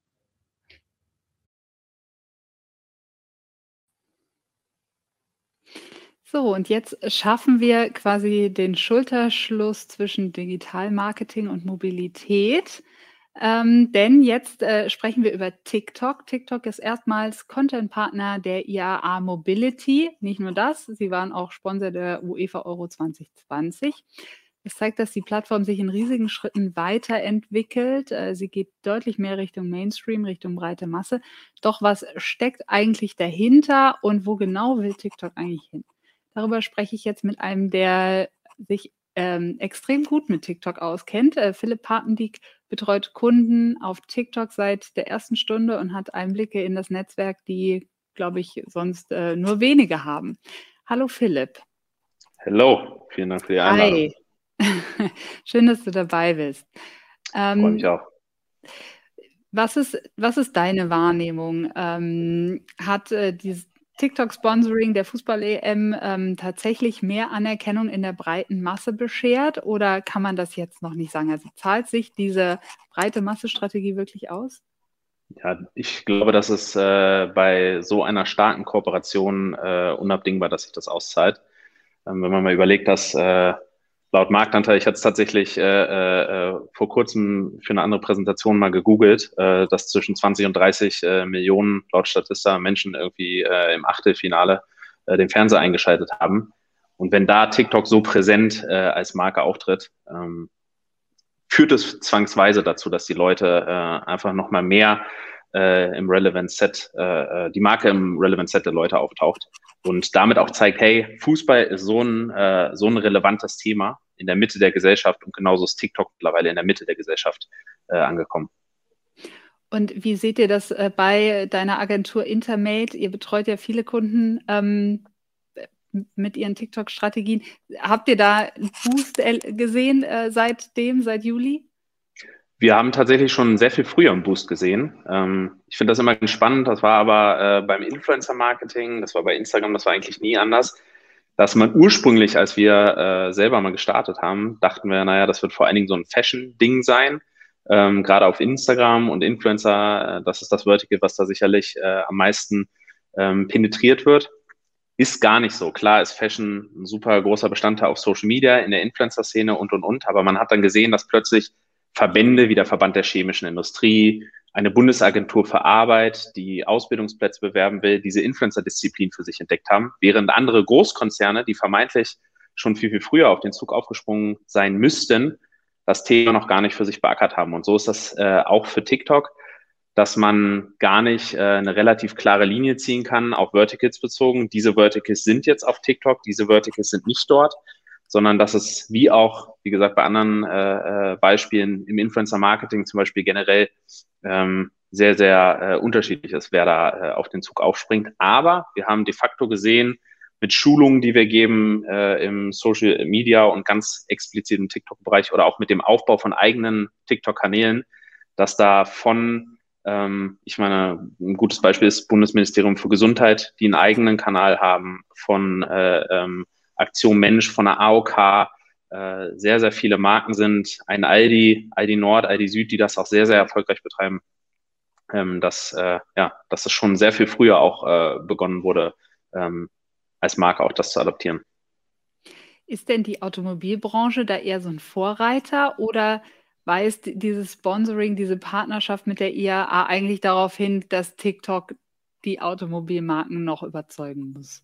So, und jetzt schaffen wir quasi den Schulterschluss zwischen Digitalmarketing und Mobilität. Ähm, denn jetzt äh, sprechen wir über TikTok. TikTok ist erstmals Content-Partner der I A A Mobility. Nicht nur das, sie waren auch Sponsor der UEFA Euro zwanzig zwanzig. Das zeigt, dass die Plattform sich in riesigen Schritten weiterentwickelt. Äh, sie geht deutlich mehr Richtung Mainstream, Richtung breite Masse. Doch was steckt eigentlich dahinter und wo genau will TikTok eigentlich hin? Darüber spreche ich jetzt mit einem, der sich ähm, extrem gut mit TikTok auskennt. Äh, Philipp Papendiek betreut Kunden auf TikTok seit der ersten Stunde und hat Einblicke in das Netzwerk, die, glaube ich, sonst äh, nur wenige haben. Hallo Philipp. Hallo, vielen Dank für die Einladung. Hi. Schön, dass du dabei bist. Ähm, Freue mich auch. Was ist, was ist deine Wahrnehmung? Ähm, hat äh, dieses TikTok-Sponsoring der Fußball-E M ähm, tatsächlich mehr Anerkennung in der breiten Masse beschert oder kann man das jetzt noch nicht sagen? Also zahlt sich diese breite Masse-Strategie wirklich aus? Ja, ich glaube, das ist äh, bei so einer starken Kooperation äh, unabdingbar, dass sich das auszahlt. Ähm, wenn man mal überlegt, dass äh, laut Marktanteil, ich hatte es tatsächlich äh, äh, vor kurzem für eine andere Präsentation mal gegoogelt, äh, dass zwischen zwanzig und dreißig äh, Millionen laut Statista Menschen irgendwie äh, im Achtelfinale äh, den Fernseher eingeschaltet haben. Und wenn da TikTok so präsent äh, als Marke auftritt, ähm, führt es zwangsweise dazu, dass die Leute äh, einfach nochmal mehr äh, im Relevant Set, äh, die Marke im Relevant Set der Leute auftaucht. Und damit auch zeigt, hey, Fußball ist so ein, äh, so ein relevantes Thema in der Mitte der Gesellschaft und genauso ist TikTok mittlerweile in der Mitte der Gesellschaft äh, angekommen. Und wie seht ihr das äh, bei deiner Agentur Intermate? Ihr betreut ja viele Kunden ähm, mit ihren TikTok-Strategien. Habt ihr da einen Boost gesehen äh, seitdem, seit Juli? Wir haben tatsächlich schon sehr viel früher einen Boost gesehen. Ähm, ich finde das immer ganz spannend. Das war aber äh, beim Influencer-Marketing, das war bei Instagram, das war eigentlich nie anders, dass man ursprünglich, als wir äh, selber mal gestartet haben, dachten wir, naja, das wird vor allen Dingen so ein Fashion-Ding sein. Ähm, gerade auf Instagram und Influencer, äh, das ist das Vertical, was da sicherlich äh, am meisten ähm, penetriert wird. ist gar nicht so. Klar ist Fashion ein super großer Bestandteil auf Social Media, in der Influencer-Szene und, und, und. Aber man hat dann gesehen, dass plötzlich Verbände wie der Verband der chemischen Industrie, eine Bundesagentur für Arbeit, die Ausbildungsplätze bewerben will, diese Influencer-Disziplin für sich entdeckt haben, während andere Großkonzerne, die vermeintlich schon viel, viel früher auf den Zug aufgesprungen sein müssten, das Thema noch gar nicht für sich beackert haben. Und so ist das äh, auch für TikTok, dass man gar nicht äh, eine relativ klare Linie ziehen kann, auf Verticals bezogen. Diese Verticals sind jetzt auf TikTok, diese Verticals sind nicht dort, sondern dass es wie auch, wie gesagt, bei anderen äh, Beispielen im Influencer-Marketing zum Beispiel generell ähm, sehr, sehr äh, unterschiedlich ist, wer da äh, auf den Zug aufspringt. Aber wir haben de facto gesehen, mit Schulungen, die wir geben äh, im Social Media und ganz explizit im TikTok-Bereich oder auch mit dem Aufbau von eigenen TikTok-Kanälen, dass da von, ähm, ich meine, ein gutes Beispiel ist Bundesministerium für Gesundheit, die einen eigenen Kanal haben, von äh, ähm, Aktion Mensch, von der A O K, äh, sehr, sehr viele Marken sind, ein Aldi, Aldi Nord, Aldi Süd, die das auch sehr, sehr erfolgreich betreiben, ähm, dass, äh, ja, dass es schon sehr viel früher auch äh, begonnen wurde, ähm, als Marke auch das zu adoptieren. Ist denn die Automobilbranche da eher so ein Vorreiter oder weist dieses Sponsoring, diese Partnerschaft mit der I A A eigentlich darauf hin, dass TikTok die Automobilmarken noch überzeugen muss?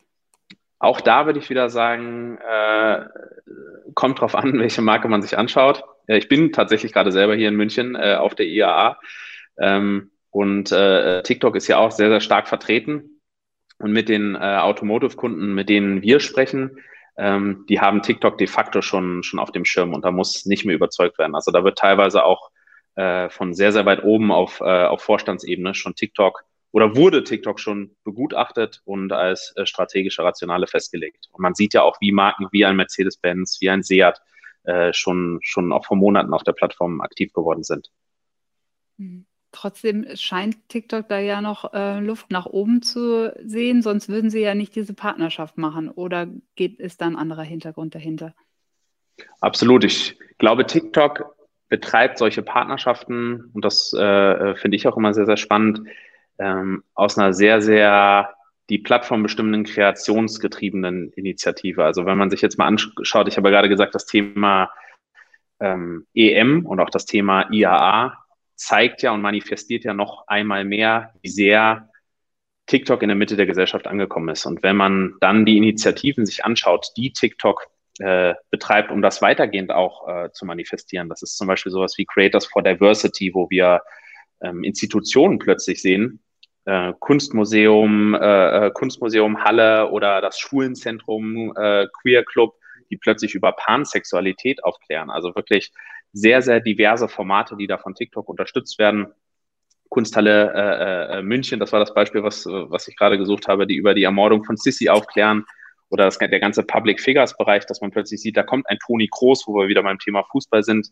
Auch da würde ich wieder sagen, äh, kommt drauf an, welche Marke man sich anschaut. Ja, ich bin tatsächlich gerade selber hier in München äh, auf der I A A ähm, und äh, TikTok ist ja auch sehr, sehr stark vertreten. Und mit den äh, Automotive-Kunden, mit denen wir sprechen, ähm, die haben TikTok de facto schon, schon auf dem Schirm und da muss nicht mehr überzeugt werden. Also da wird teilweise auch äh, von sehr, sehr weit oben auf, äh, auf Vorstandsebene schon TikTok oder wurde TikTok schon begutachtet und als äh, strategische Rationale festgelegt. Und man sieht ja auch, wie Marken wie ein Mercedes-Benz, wie ein Seat äh, schon, schon auch vor Monaten auf der Plattform aktiv geworden sind. Mhm. Trotzdem scheint TikTok da ja noch äh, Luft nach oben zu sehen, sonst würden sie ja nicht diese Partnerschaft machen. Oder geht, ist da ein anderer Hintergrund dahinter? Absolut. Ich glaube, TikTok betreibt solche Partnerschaften und das äh, finde ich auch immer sehr, sehr spannend, ähm, aus einer sehr, sehr die Plattform bestimmenden kreationsgetriebenen Initiative. Also wenn man sich jetzt mal anschaut, ich habe ja gerade gesagt, das Thema ähm, E M und auch das Thema I A A zeigt ja und manifestiert ja noch einmal mehr, wie sehr TikTok in der Mitte der Gesellschaft angekommen ist. Und wenn man dann die Initiativen sich anschaut, die TikTok äh, betreibt, um das weitergehend auch äh, zu manifestieren, das ist zum Beispiel sowas wie Creators for Diversity, wo wir ähm, Institutionen plötzlich sehen, äh, Kunstmuseum, äh, Kunstmuseum Halle oder das Schwulenzentrum äh, Queer Club, die plötzlich über Pansexualität aufklären. Also wirklich sehr, sehr diverse Formate, die da von TikTok unterstützt werden. Kunsthalle äh, äh, München, das war das Beispiel, was, was ich gerade gesucht habe, die über die Ermordung von Sissi aufklären oder das, der ganze Public Figures Bereich, dass man plötzlich sieht, da kommt ein Toni Kroos, wo wir wieder beim Thema Fußball sind,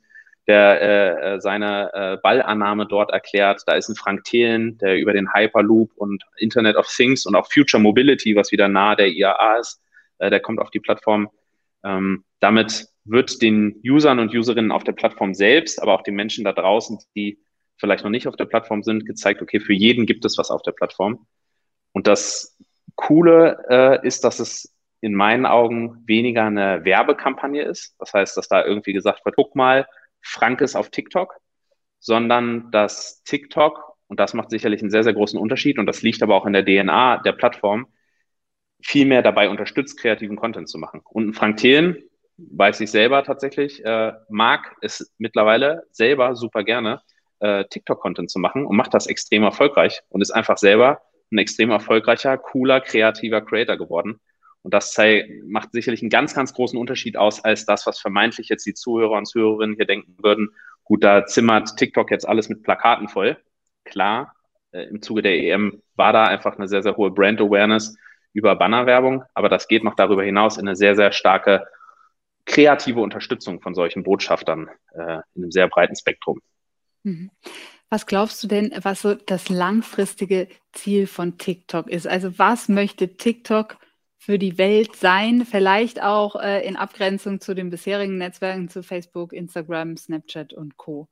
der äh, seine äh, Ballannahme dort erklärt. Da ist ein Frank Thelen, der über den Hyperloop und Internet of Things und auch Future Mobility, was wieder nahe der I A A ist, äh, der kommt auf die Plattform. Ähm, damit wird den Usern und Userinnen auf der Plattform selbst, aber auch den Menschen da draußen, die vielleicht noch nicht auf der Plattform sind, gezeigt, okay, für jeden gibt es was auf der Plattform. Und das Coole äh, ist, dass es in meinen Augen weniger eine Werbekampagne ist. Das heißt, dass da irgendwie gesagt wird, guck mal, Frank ist auf TikTok, sondern dass TikTok, und das macht sicherlich einen sehr, sehr großen Unterschied, und das liegt aber auch in der D N A der Plattform, viel mehr dabei unterstützt, kreativen Content zu machen. Und Frank Thelen, weiß ich selber tatsächlich, äh, mag es mittlerweile selber super gerne, äh, TikTok-Content zu machen und macht das extrem erfolgreich und ist einfach selber ein extrem erfolgreicher, cooler, kreativer Creator geworden. Und das sei, macht sicherlich einen ganz, ganz großen Unterschied aus, als das, was vermeintlich jetzt die Zuhörer und Zuhörerinnen hier denken würden. Gut, da zimmert TikTok jetzt alles mit Plakaten voll. Klar, äh, im Zuge der E M war da einfach eine sehr, sehr hohe Brand-Awareness über Bannerwerbung, aber das geht noch darüber hinaus in eine sehr, sehr starke kreative Unterstützung von solchen Botschaftern äh, in einem sehr breiten Spektrum. Mhm. Was glaubst du denn, was so das langfristige Ziel von TikTok ist? Also was möchte TikTok für die Welt sein? Vielleicht auch äh, in Abgrenzung zu den bisherigen Netzwerken, zu Facebook, Instagram, Snapchat und Co.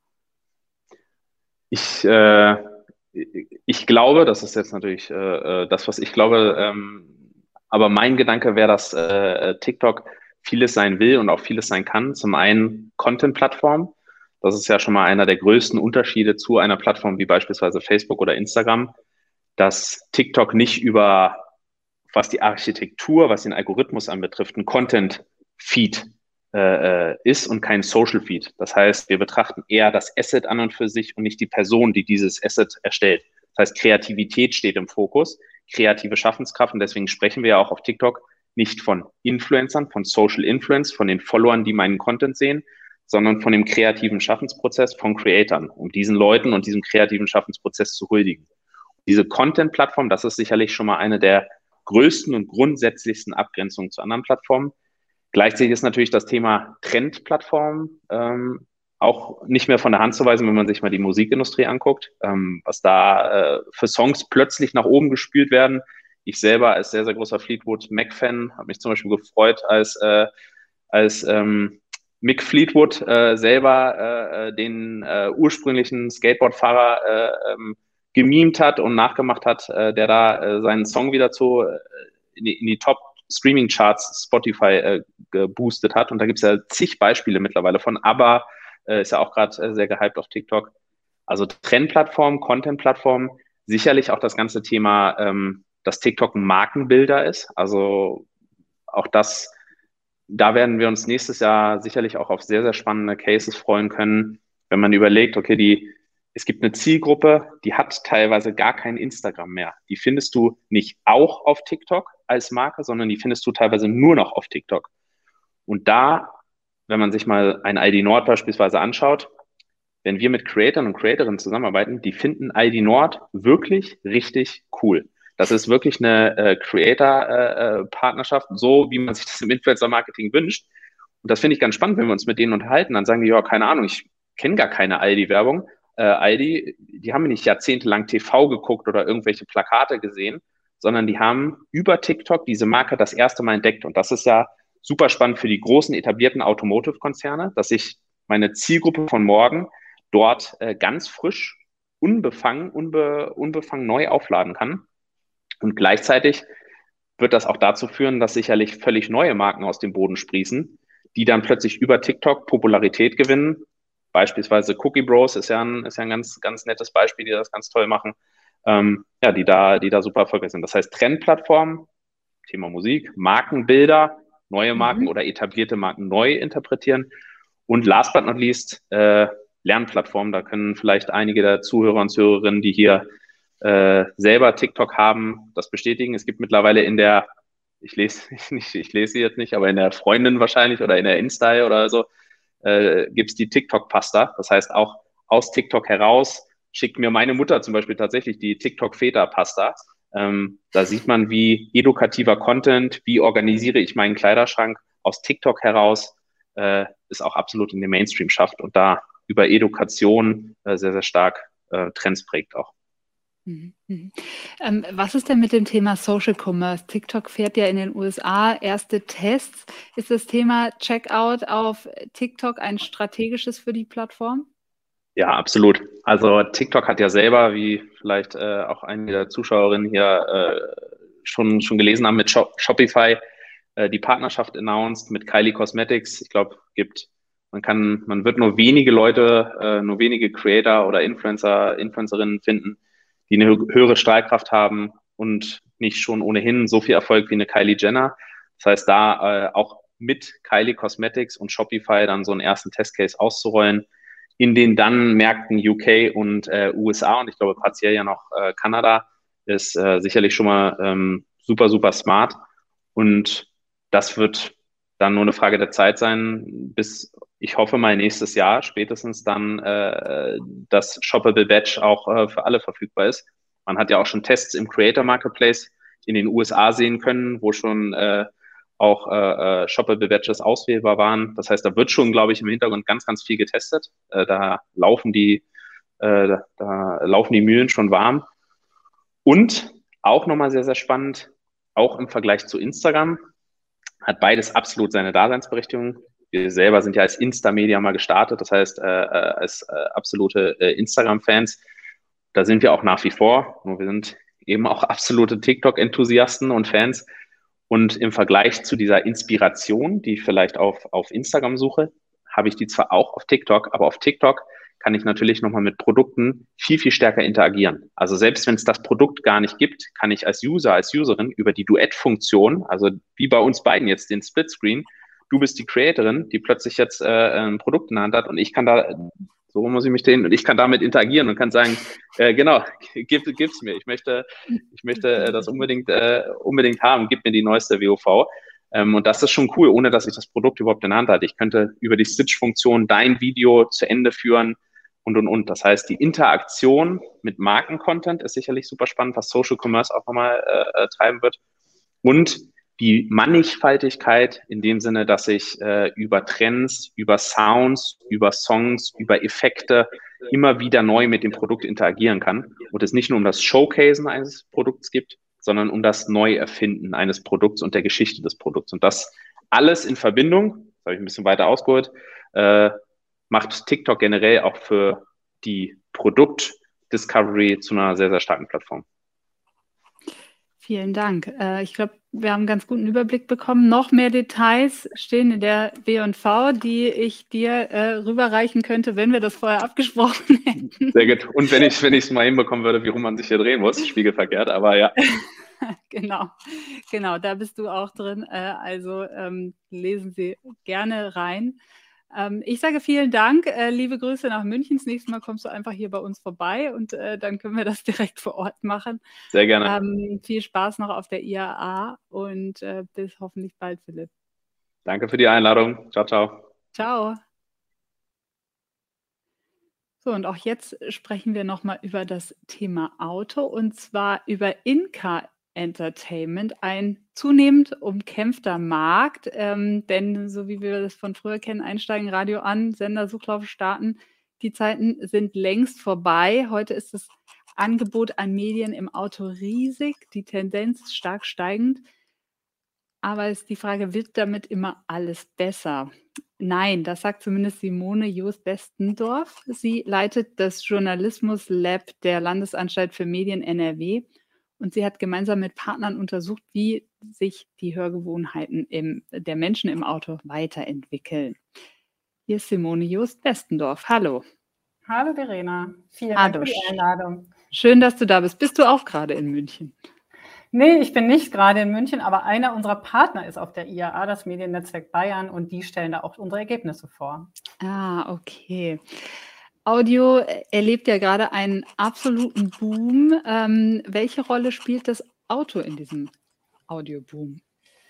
Ich, äh, ich glaube, das ist jetzt natürlich äh, das, was ich glaube, ähm, Aber mein Gedanke wäre, dass äh, TikTok vieles sein will und auch vieles sein kann. Zum einen Content-Plattform. Das ist ja schon mal einer der größten Unterschiede zu einer Plattform wie beispielsweise Facebook oder Instagram, dass TikTok nicht über, was die Architektur, was den Algorithmus anbetrifft, ein Content-Feed äh, ist und kein Social-Feed. Das heißt, wir betrachten eher das Asset an und für sich und nicht die Person, die dieses Asset erstellt. Das heißt, Kreativität steht im Fokus, kreative Schaffenskraft, und deswegen sprechen wir ja auch auf TikTok nicht von Influencern, von Social Influence, von den Followern, die meinen Content sehen, sondern von dem kreativen Schaffensprozess von Creatoren, um diesen Leuten und diesem kreativen Schaffensprozess zu huldigen. Diese Content-Plattform, das ist sicherlich schon mal eine der größten und grundsätzlichsten Abgrenzungen zu anderen Plattformen. Gleichzeitig ist natürlich das Thema Trendplattform ähm, auch nicht mehr von der Hand zu weisen, wenn man sich mal die Musikindustrie anguckt, ähm, was da äh, für Songs plötzlich nach oben gespült werden. Ich selber als sehr, sehr großer Fleetwood Mac-Fan habe mich zum Beispiel gefreut, als, äh, als ähm, Mick Fleetwood äh, selber äh, den äh, ursprünglichen Skateboardfahrer äh, ähm, gemimt hat und nachgemacht hat, äh, der da äh, seinen Song wieder zu, äh, in die, in die Top-Streaming-Charts Spotify äh, geboostet hat. Und da gibt es ja zig Beispiele mittlerweile von. ABBA äh, ist ja auch gerade äh, sehr gehypt auf TikTok. Also Trendplattform, Content-Plattform, sicherlich auch das ganze Thema, ähm, dass TikTok ein Markenbilder ist. Also auch das, da werden wir uns nächstes Jahr sicherlich auch auf sehr, sehr spannende Cases freuen können, wenn man überlegt, okay, die es gibt eine Zielgruppe, die hat teilweise gar kein Instagram mehr. Die findest du nicht auch auf TikTok als Marke, sondern die findest du teilweise nur noch auf TikTok. Und da, wenn man sich mal ein I D Nord beispielsweise anschaut, wenn wir mit Creatoren und Creatorinnen zusammenarbeiten, die finden I D Nord wirklich richtig cool. Das ist wirklich eine äh, Creator-Partnerschaft, äh, so wie man sich das im Influencer-Marketing wünscht. Und das finde ich ganz spannend, wenn wir uns mit denen unterhalten. Dann sagen die, ja, keine Ahnung, ich kenne gar keine Aldi-Werbung. Äh, Aldi, die haben nicht jahrzehntelang T V geguckt oder irgendwelche Plakate gesehen, sondern die haben über TikTok diese Marke das erste Mal entdeckt. Und das ist ja super spannend für die großen etablierten Automotive-Konzerne, dass ich meine Zielgruppe von morgen dort äh, ganz frisch, unbefangen, unbe, unbefangen neu aufladen kann. Und gleichzeitig wird das auch dazu führen, dass sicherlich völlig neue Marken aus dem Boden sprießen, die dann plötzlich über TikTok Popularität gewinnen. Beispielsweise Cookie Bros ist ja ein, ist ja ein ganz, ganz nettes Beispiel, die das ganz toll machen. Ähm, ja, die da, die da super erfolgreich sind. Das heißt, Trendplattformen, Thema Musik, Markenbilder, neue Marken mhm. oder etablierte Marken neu interpretieren. Und last but not least, äh, Lernplattformen. Da können vielleicht einige der Zuhörer und Zuhörerinnen, die hier äh, selber TikTok haben, das bestätigen. Es gibt mittlerweile in der, ich lese nicht, ich lese sie jetzt nicht, aber in der Freundin wahrscheinlich oder in der Insta oder so, äh, gibt es die TikTok-Pasta. Das heißt, auch aus TikTok heraus schickt mir meine Mutter zum Beispiel tatsächlich die TikTok-Feta-Pasta. Ähm, da sieht man, wie edukativer Content, wie organisiere ich meinen Kleiderschrank aus TikTok heraus, äh, ist auch absolut in den Mainstream schafft und da über Education äh, sehr, sehr stark äh, Trends prägt auch. Mhm. Mhm. Ähm, was ist denn mit dem Thema Social Commerce? TikTok fährt ja in den U S A erste Tests. Ist das Thema Checkout auf TikTok ein strategisches für die Plattform? Ja, absolut. Also TikTok hat ja selber, wie vielleicht äh, auch einige der Zuschauerinnen hier äh, schon, schon gelesen haben, mit Shop Shopify äh, die Partnerschaft announced mit Kylie Cosmetics. Ich glaube, gibt man kann, man wird nur wenige Leute, äh, nur wenige Creator oder Influencer, Influencerinnen finden, die eine höhere Strahlkraft haben und nicht schon ohnehin so viel Erfolg wie eine Kylie Jenner. Das heißt, da äh, auch mit Kylie Cosmetics und Shopify dann so einen ersten Testcase auszurollen in den dann Märkten U K und äh, U S A und ich glaube partiell ja noch äh, Kanada, ist äh, sicherlich schon mal ähm, super, super smart. Und das wird dann nur eine Frage der Zeit sein, bis ich hoffe mal nächstes Jahr spätestens dann äh, das Shoppable Badge auch äh, für alle verfügbar ist. Man hat ja auch schon Tests im Creator Marketplace in den U S A sehen können, wo schon äh, auch äh, Shoppable Badges auswählbar waren. Das heißt, da wird schon, glaube ich, im Hintergrund ganz, ganz viel getestet. Äh, da laufen die, äh, da, da laufen die Mühlen schon warm. Und auch nochmal sehr, sehr spannend, auch im Vergleich zu Instagram, hat beides absolut seine Daseinsberechtigung. Wir selber sind ja als Insta-Media mal gestartet, das heißt, äh, als äh, absolute äh, Instagram-Fans. Da sind wir auch nach wie vor. Nur wir sind eben auch absolute TikTok-Enthusiasten und Fans. Und im Vergleich zu dieser Inspiration, die ich vielleicht auf, auf Instagram suche, habe ich die zwar auch auf TikTok, aber auf TikTok kann ich natürlich nochmal mit Produkten viel, viel stärker interagieren. Also selbst wenn es das Produkt gar nicht gibt, kann ich als User, als Userin über die Duett-Funktion, also wie bei uns beiden jetzt den Splitscreen, du bist die Creatorin, die plötzlich jetzt äh, ein Produkt in der Hand hat und ich kann da, so muss ich mich drehen, und ich kann damit interagieren und kann sagen, äh, genau, gib, gib's mir, ich möchte, ich möchte äh, das unbedingt, äh, unbedingt haben, gib mir die neueste W O V. Ähm, und das ist schon cool, ohne dass ich das Produkt überhaupt in der Hand hatte. Ich könnte über die Stitch-Funktion dein Video zu Ende führen, und, und, und. Das heißt, die Interaktion mit Markencontent ist sicherlich super spannend, was Social Commerce auch nochmal äh, treiben wird. Und die Mannigfaltigkeit in dem Sinne, dass ich äh, über Trends, über Sounds, über Songs, über Effekte immer wieder neu mit dem Produkt interagieren kann. Und es nicht nur um das Showcasen eines Produkts gibt, sondern um das Neuerfinden eines Produkts und der Geschichte des Produkts. Und das alles in Verbindung, das habe ich ein bisschen weiter ausgeholt, äh, macht TikTok generell auch für die Produkt-Discovery zu einer sehr, sehr starken Plattform. Vielen Dank. Äh, ich glaube, wir haben einen ganz guten Überblick bekommen. Noch mehr Details stehen in der W und V, die ich dir äh, rüberreichen könnte, wenn wir das vorher abgesprochen hätten. Sehr gut. Und wenn ich wenn ich es mal hinbekommen würde, wie rum man sich hier drehen muss, spiegelverkehrt, aber ja. Genau, genau, da bist du auch drin. Äh, also ähm, lesen Sie gerne rein. Ähm, ich sage vielen Dank, äh, liebe Grüße nach München. Das nächste Mal kommst du einfach hier bei uns vorbei und äh, dann können wir das direkt vor Ort machen. Sehr gerne. Ähm, viel Spaß noch auf der I A A und äh, bis hoffentlich bald, Philipp. Danke für die Einladung. Ciao, ciao. Ciao. So, und auch jetzt sprechen wir nochmal über das Thema Auto und zwar über In-Car Entertainment, ein zunehmend umkämpfter Markt, ähm, denn so wie wir das von früher kennen, einsteigen, Radio an, Sender, Suchlauf starten, die Zeiten sind längst vorbei. Heute ist das Angebot an Medien im Auto riesig, die Tendenz ist stark steigend. Aber es ist die Frage, wird damit immer alles besser? Nein, das sagt zumindest Simone Jost-Bestendorf. Sie leitet das Journalismus-Lab der Landesanstalt für Medien N R W. Und sie hat gemeinsam mit Partnern untersucht, wie sich die Hörgewohnheiten im, der Menschen im Auto weiterentwickeln. Hier ist Simone Jost-Bestendorf. Hallo. Hallo Verena, vielen Hallo. Dank für die Einladung. Schön, dass du da bist. Bist du auch gerade in München? Nee, ich bin nicht gerade in München, aber einer unserer Partner ist auf der I A A, das Mediennetzwerk Bayern, und die stellen da auch unsere Ergebnisse vor. Ah, okay. Audio erlebt ja gerade einen absoluten Boom. Ähm, welche Rolle spielt das Auto in diesem Audioboom?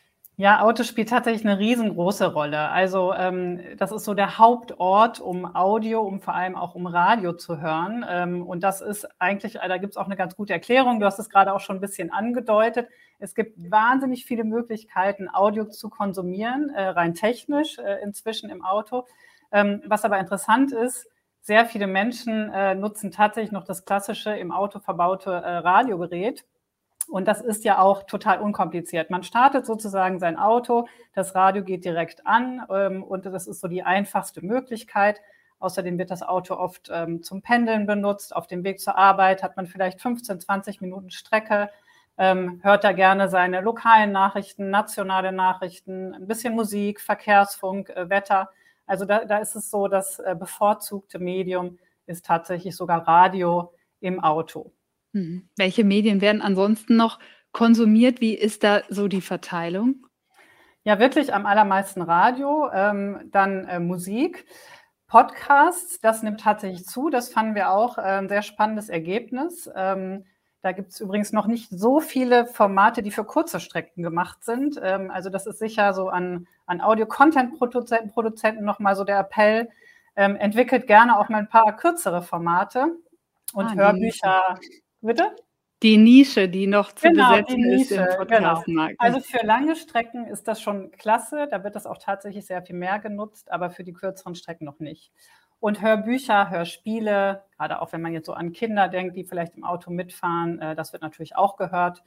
Ja, Auto spielt tatsächlich eine riesengroße Rolle. Also ähm, das ist so der Hauptort, um Audio, um vor allem auch um Radio zu hören. Ähm, und das ist eigentlich, da gibt es auch eine ganz gute Erklärung. Du hast es gerade auch schon ein bisschen angedeutet. Es gibt wahnsinnig viele Möglichkeiten, Audio zu konsumieren, äh, rein technisch äh, inzwischen im Auto. Ähm, was aber interessant ist, sehr viele Menschen äh, nutzen tatsächlich noch das klassische im Auto verbaute äh, Radiogerät. Und das ist ja auch total unkompliziert. Man startet sozusagen sein Auto, das Radio geht direkt an ähm, und das ist so die einfachste Möglichkeit. Außerdem wird das Auto oft ähm, zum Pendeln benutzt. Auf dem Weg zur Arbeit hat man vielleicht fünfzehn, zwanzig Minuten Strecke, ähm, hört da gerne seine lokalen Nachrichten, nationale Nachrichten, ein bisschen Musik, Verkehrsfunk, äh, Wetter. Also da, da ist es so, das äh, bevorzugte Medium ist tatsächlich sogar Radio im Auto. Mhm. Welche Medien werden ansonsten noch konsumiert? Wie ist da so die Verteilung? Ja, wirklich am allermeisten Radio, ähm, dann äh, Musik, Podcasts, das nimmt tatsächlich zu. Das fanden wir auch äh, ein sehr spannendes Ergebnis. Ähm, da gibt es übrigens noch nicht so viele Formate, die für kurze Strecken gemacht sind. Ähm, also das ist sicher so an, an Audio-Content-Produzenten Produzenten nochmal so der Appell, ähm, entwickelt gerne auch mal ein paar kürzere Formate und Ah, Hörbücher. Bitte? Die Nische, die noch zu Genau, die besetzen ist im Nische, genau. Podcastmarkt. Also für lange Strecken ist das schon klasse, da wird das auch tatsächlich sehr viel mehr genutzt, aber für die kürzeren Strecken noch nicht. Und Hörbücher, Hörspiele, gerade auch wenn man jetzt so an Kinder denkt, die vielleicht im Auto mitfahren, äh, das wird natürlich auch gehört.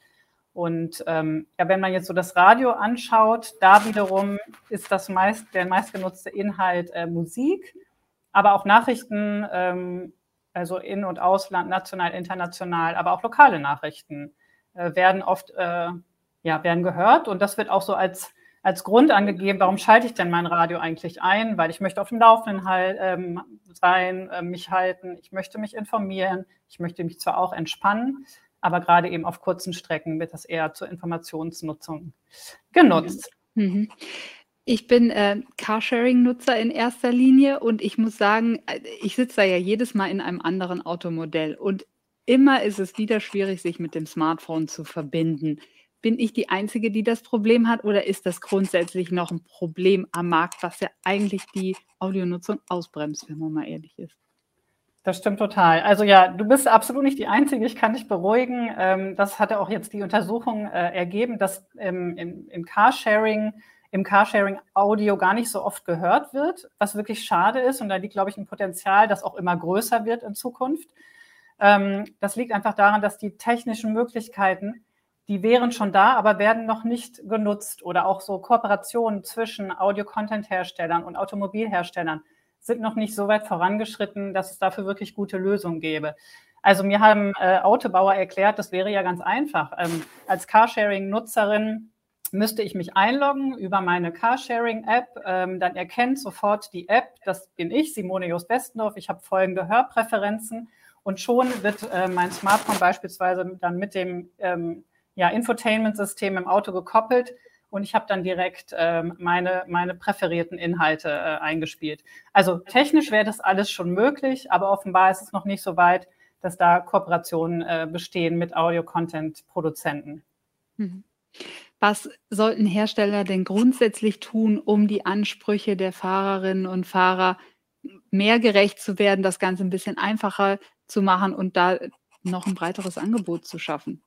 Und ähm, ja, wenn man jetzt so das Radio anschaut, da wiederum ist das meist, der meistgenutzte Inhalt äh, Musik, aber auch Nachrichten, ähm, also In- und Ausland, national, international, aber auch lokale Nachrichten äh, werden oft äh, ja, werden gehört. Und das wird auch so als, als Grund angegeben, warum schalte ich denn mein Radio eigentlich ein? Weil ich möchte auf dem Laufenden halt, ähm, sein, äh, mich halten, ich möchte mich informieren, ich möchte mich zwar auch entspannen, aber gerade eben auf kurzen Strecken wird das eher zur Informationsnutzung genutzt. Mhm. Ich bin äh, Carsharing-Nutzer in erster Linie und ich muss sagen, äh, ich sitze da ja jedes Mal in einem anderen Automodell und immer ist es wieder schwierig, sich mit dem Smartphone zu verbinden. Bin ich die Einzige, die das Problem hat, oder ist das grundsätzlich noch ein Problem am Markt, was ja eigentlich die Audionutzung ausbremst, wenn man mal ehrlich ist? Das stimmt total. Also ja, du bist absolut nicht die Einzige, ich kann dich beruhigen. Ähm, das hatte auch jetzt die Untersuchung äh, ergeben, dass ähm, im, im Carsharing, im Carsharing Audio gar nicht so oft gehört wird, was wirklich schade ist. Und da liegt, glaube ich, ein Potenzial, das auch immer größer wird in Zukunft. Ähm, das liegt einfach daran, dass die technischen Möglichkeiten, die wären schon da, aber werden noch nicht genutzt. Oder auch so Kooperationen zwischen Audio-Content-Herstellern und Automobilherstellern sind noch nicht so weit vorangeschritten, dass es dafür wirklich gute Lösungen gäbe. Also mir haben äh, Autobauer erklärt, das wäre ja ganz einfach. Ähm, als Carsharing-Nutzerin müsste ich mich einloggen über meine Carsharing-App. Ähm, dann erkennt sofort die App, das bin ich, Simone Jost-Westendorf, ich habe folgende Hörpräferenzen und schon wird äh, mein Smartphone beispielsweise dann mit dem ähm, ja, Infotainment-System im Auto gekoppelt. Und ich habe dann direkt ähm, meine, meine präferierten Inhalte äh, eingespielt. Also technisch wäre das alles schon möglich, aber offenbar ist es noch nicht so weit, dass da Kooperationen äh, bestehen mit Audio-Content-Produzenten. Was sollten Hersteller denn grundsätzlich tun, um die Ansprüche der Fahrerinnen und Fahrer mehr gerecht zu werden, das Ganze ein bisschen einfacher zu machen und da noch ein breiteres Angebot zu schaffen?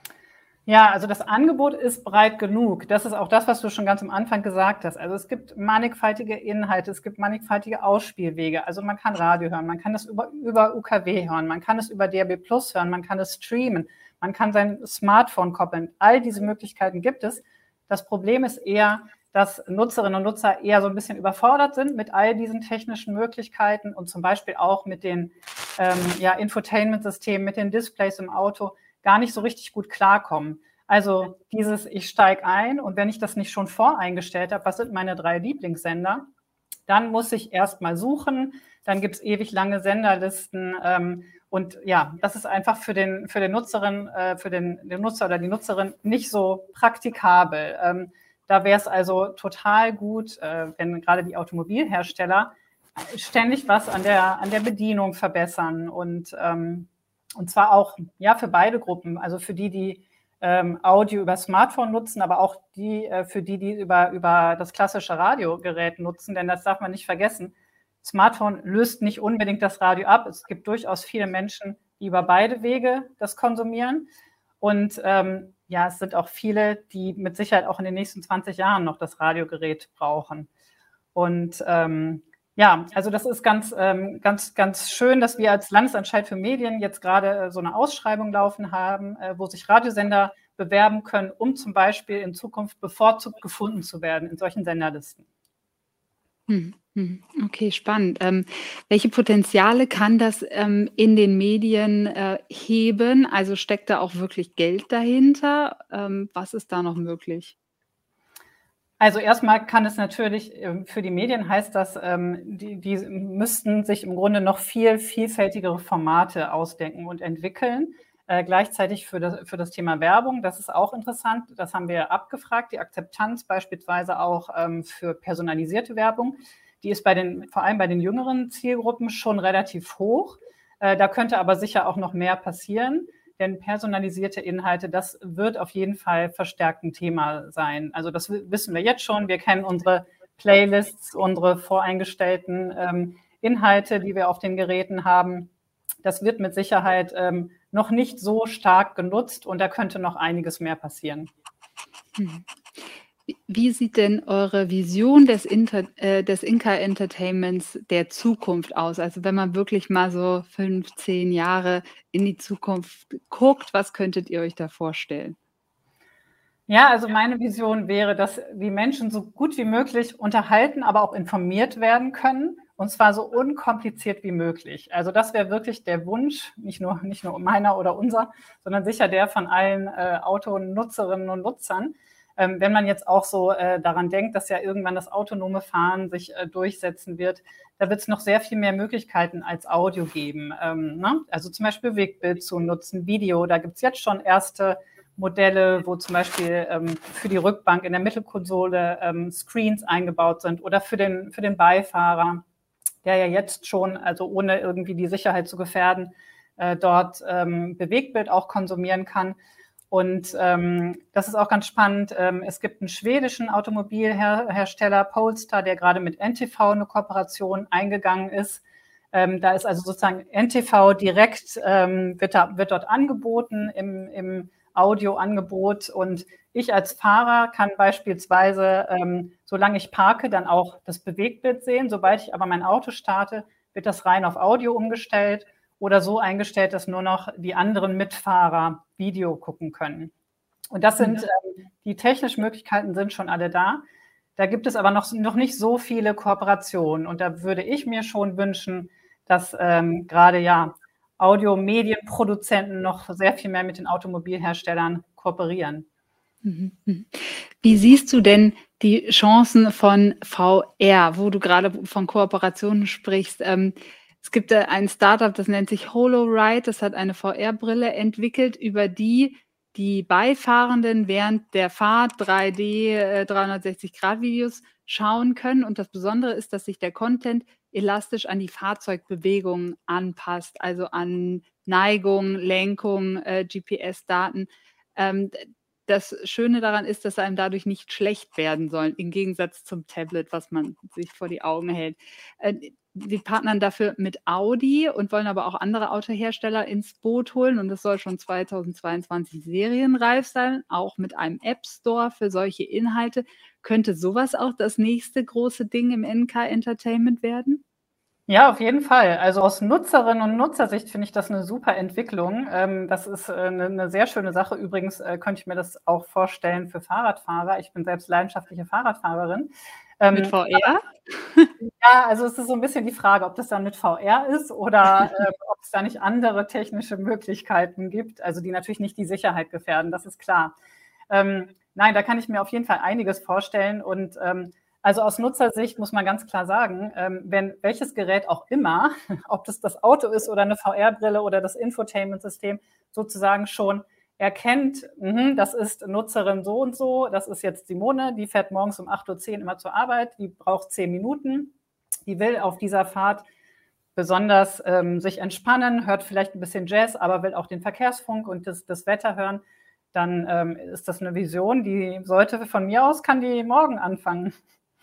Ja, also das Angebot ist breit genug. Das ist auch das, was du schon ganz am Anfang gesagt hast. Also es gibt mannigfaltige Inhalte, es gibt mannigfaltige Ausspielwege. Also man kann Radio hören, man kann es über, über U K W hören, man kann es über D A B Plus hören, man kann es streamen, man kann sein Smartphone koppeln. All diese Möglichkeiten gibt es. Das Problem ist eher, dass Nutzerinnen und Nutzer eher so ein bisschen überfordert sind mit all diesen technischen Möglichkeiten und zum Beispiel auch mit den ähm, ja, Infotainment-Systemen, mit den Displays im Auto gar nicht so richtig gut klarkommen. Also dieses, ich steige ein und wenn ich das nicht schon voreingestellt habe, was sind meine drei Lieblingssender, dann muss ich erst mal suchen, dann gibt es ewig lange Senderlisten ähm, und ja, das ist einfach für den, für den Nutzerin, äh, für den, den Nutzer oder die Nutzerin nicht so praktikabel. Ähm, da wäre es also total gut, äh, wenn gerade die Automobilhersteller ständig was an der, an der Bedienung verbessern und ähm, Und zwar auch ja für beide Gruppen, also für die, die ähm, Audio über Smartphone nutzen, aber auch die, äh, für die, die über, über das klassische Radiogerät nutzen, denn das darf man nicht vergessen. Smartphone löst nicht unbedingt das Radio ab. Es gibt durchaus viele Menschen, die über beide Wege das konsumieren. Und ähm, ja, es sind auch viele, die mit Sicherheit auch in den nächsten zwanzig Jahren noch das Radiogerät brauchen. Und ähm, ja, also das ist ganz, ähm, ganz, ganz schön, dass wir als Landesanstalt für Medien jetzt gerade äh, so eine Ausschreibung laufen haben, äh, wo sich Radiosender bewerben können, um zum Beispiel in Zukunft bevorzugt gefunden zu werden in solchen Senderlisten. Hm, hm. Okay, spannend. Ähm, welche Potenziale kann das ähm, in den Medien äh, heben? Also steckt da auch wirklich Geld dahinter? Ähm, was ist da noch möglich? Also erstmal kann es natürlich, für die Medien heißt das, die, die müssten sich im Grunde noch viel vielfältigere Formate ausdenken und entwickeln. Äh, gleichzeitig für das, für das Thema Werbung, das ist auch interessant, das haben wir abgefragt, die Akzeptanz beispielsweise auch ähm, für personalisierte Werbung, die ist bei den, vor allem bei den jüngeren Zielgruppen schon relativ hoch. Äh, da könnte aber sicher auch noch mehr passieren. Denn personalisierte Inhalte, das wird auf jeden Fall verstärkt ein Thema sein. Also das wissen wir jetzt schon. Wir kennen unsere Playlists, unsere voreingestellten ähm, Inhalte, die wir auf den Geräten haben. Das wird mit Sicherheit ähm, noch nicht so stark genutzt und da könnte noch einiges mehr passieren. Hm. Wie sieht denn eure Vision des, Inter äh, des Inka-Entertainments der Zukunft aus? Also wenn man wirklich mal so fünf, zehn Jahre in die Zukunft guckt, was könntet ihr euch da vorstellen? Ja, also meine Vision wäre, dass die Menschen so gut wie möglich unterhalten, aber auch informiert werden können und zwar so unkompliziert wie möglich. Also das wäre wirklich der Wunsch, nicht nur, nicht nur meiner oder unser, sondern sicher der von allen äh, Autonutzerinnen und Nutzern. Ähm, wenn man jetzt auch so äh, daran denkt, dass ja irgendwann das autonome Fahren sich äh, durchsetzen wird, da wird es noch sehr viel mehr Möglichkeiten als Audio geben. Ähm, ne? Also zum Beispiel Bewegtbild zu nutzen, Video, da gibt es jetzt schon erste Modelle, wo zum Beispiel ähm, für die Rückbank in der Mittelkonsole ähm, Screens eingebaut sind oder für den, für den Beifahrer, der ja jetzt schon, also ohne irgendwie die Sicherheit zu gefährden, äh, dort ähm, Bewegtbild auch konsumieren kann. Und ähm, das ist auch ganz spannend. Ähm, es gibt einen schwedischen Automobilhersteller, Polestar, der gerade mit N T V eine Kooperation eingegangen ist. Ähm, da ist also sozusagen N T V direkt, ähm, wird, da, wird dort angeboten im, im Audioangebot. Und ich als Fahrer kann beispielsweise, ähm, solange ich parke, dann auch das Bewegtbild sehen. Sobald ich aber mein Auto starte, wird das rein auf Audio umgestellt oder so eingestellt, dass nur noch die anderen Mitfahrer Video gucken können. Und das sind, äh, die technischen Möglichkeiten sind schon alle da. Da gibt es aber noch, noch nicht so viele Kooperationen. Und da würde ich mir schon wünschen, dass ähm, gerade ja Audio-Medienproduzenten noch sehr viel mehr mit den Automobilherstellern kooperieren. Wie siehst du denn die Chancen von V R, wo du gerade von Kooperationen sprichst? Ähm, Es gibt äh, ein Startup, das nennt sich HoloRide, das hat eine V R-Brille entwickelt, über die die Beifahrenden während der Fahrt drei D äh, dreihundertsechzig Grad Videos schauen können. Und das Besondere ist, dass sich der Content elastisch an die Fahrzeugbewegungen anpasst, also an Neigung, Lenkung, äh, G P S-Daten. Ähm, das Schöne daran ist, dass einem dadurch nicht schlecht werden soll, im Gegensatz zum Tablet, was man sich vor die Augen hält. Äh, Wir partnern dafür mit Audi und wollen aber auch andere Autohersteller ins Boot holen. Und das soll schon zweitausendzweiundzwanzig serienreif sein, auch mit einem App Store für solche Inhalte. Könnte sowas auch das nächste große Ding im N K Entertainment werden? Ja, auf jeden Fall. Also aus Nutzerinnen und Nutzersicht finde ich das eine super Entwicklung. Ähm, das ist äh, eine, eine sehr schöne Sache. Übrigens äh, könnte ich mir das auch vorstellen für Fahrradfahrer. Ich bin selbst leidenschaftliche Fahrradfahrerin. Ähm, Mit V R? Ja, also es ist so ein bisschen die Frage, ob das dann mit V R ist oder äh, ob es da nicht andere technische Möglichkeiten gibt, also die natürlich nicht die Sicherheit gefährden, das ist klar. Ähm, nein, da kann ich mir auf jeden Fall einiges vorstellen. Und ähm, also aus Nutzersicht muss man ganz klar sagen, ähm, wenn welches Gerät auch immer, ob das das Auto ist oder eine V R-Brille oder das Infotainment-System, sozusagen schon erkennt, mh, das ist Nutzerin so und so, das ist jetzt Simone, die fährt morgens um acht Uhr zehn immer zur Arbeit, die braucht zehn Minuten, die will auf dieser Fahrt besonders ähm, sich entspannen, hört vielleicht ein bisschen Jazz, aber will auch den Verkehrsfunk und das, das Wetter hören, dann ähm, ist das eine Vision, die sollte von mir aus, kann die morgen anfangen.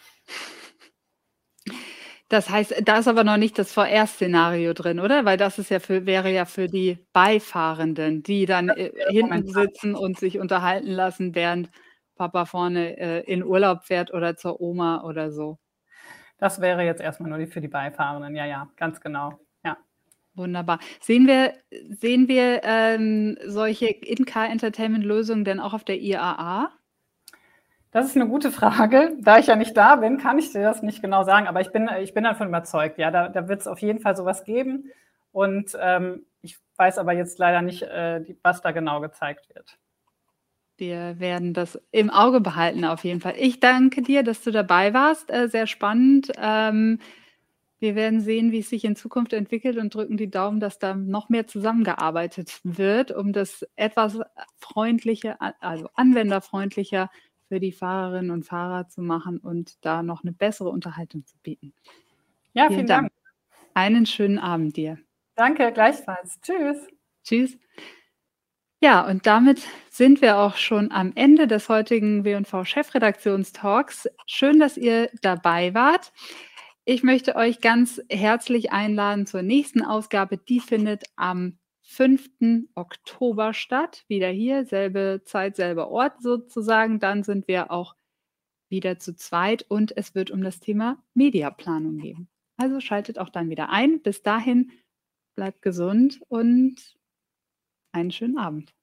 Das heißt, da ist aber noch nicht das V R-Szenario drin, oder? Weil das ist ja für, wäre ja für die Beifahrenden, die dann äh, hinten momentan. sitzen und sich unterhalten lassen, während Papa vorne äh, in Urlaub fährt oder zur Oma oder so. Das wäre jetzt erstmal nur die für die Beifahrenden, ja, ja, ganz genau. Ja. Wunderbar. Sehen wir, sehen wir ähm, solche In-Car-Entertainment-Lösungen denn auch auf der I A A? Das ist eine gute Frage. Da ich ja nicht da bin, kann ich dir das nicht genau sagen, aber ich bin, ich bin davon überzeugt. Ja, da, da wird es auf jeden Fall sowas geben. Und ähm, ich weiß aber jetzt leider nicht, äh, die, was da genau gezeigt wird. Wir werden das im Auge behalten auf jeden Fall. Ich danke dir, dass du dabei warst. Äh, sehr spannend. Ähm, wir werden sehen, wie es sich in Zukunft entwickelt und drücken die Daumen, dass da noch mehr zusammengearbeitet wird, um das etwas freundlicher, also anwenderfreundlicher für die Fahrerinnen und Fahrer zu machen und da noch eine bessere Unterhaltung zu bieten. Ja, Vielen vielen Dank. Dank. Einen schönen Abend dir. Danke, gleichfalls. Tschüss. Tschüss. Ja, und damit sind wir auch schon am Ende des heutigen W und V-Chefredaktionstalks. Schön, dass ihr dabei wart. Ich möchte euch ganz herzlich einladen zur nächsten Ausgabe. Die findet am fünften Oktober statt. Wieder hier, selbe Zeit, selber Ort sozusagen. Dann sind wir auch wieder zu zweit und es wird um das Thema Mediaplanung gehen. Also schaltet auch dann wieder ein. Bis dahin, bleibt gesund und einen schönen Abend.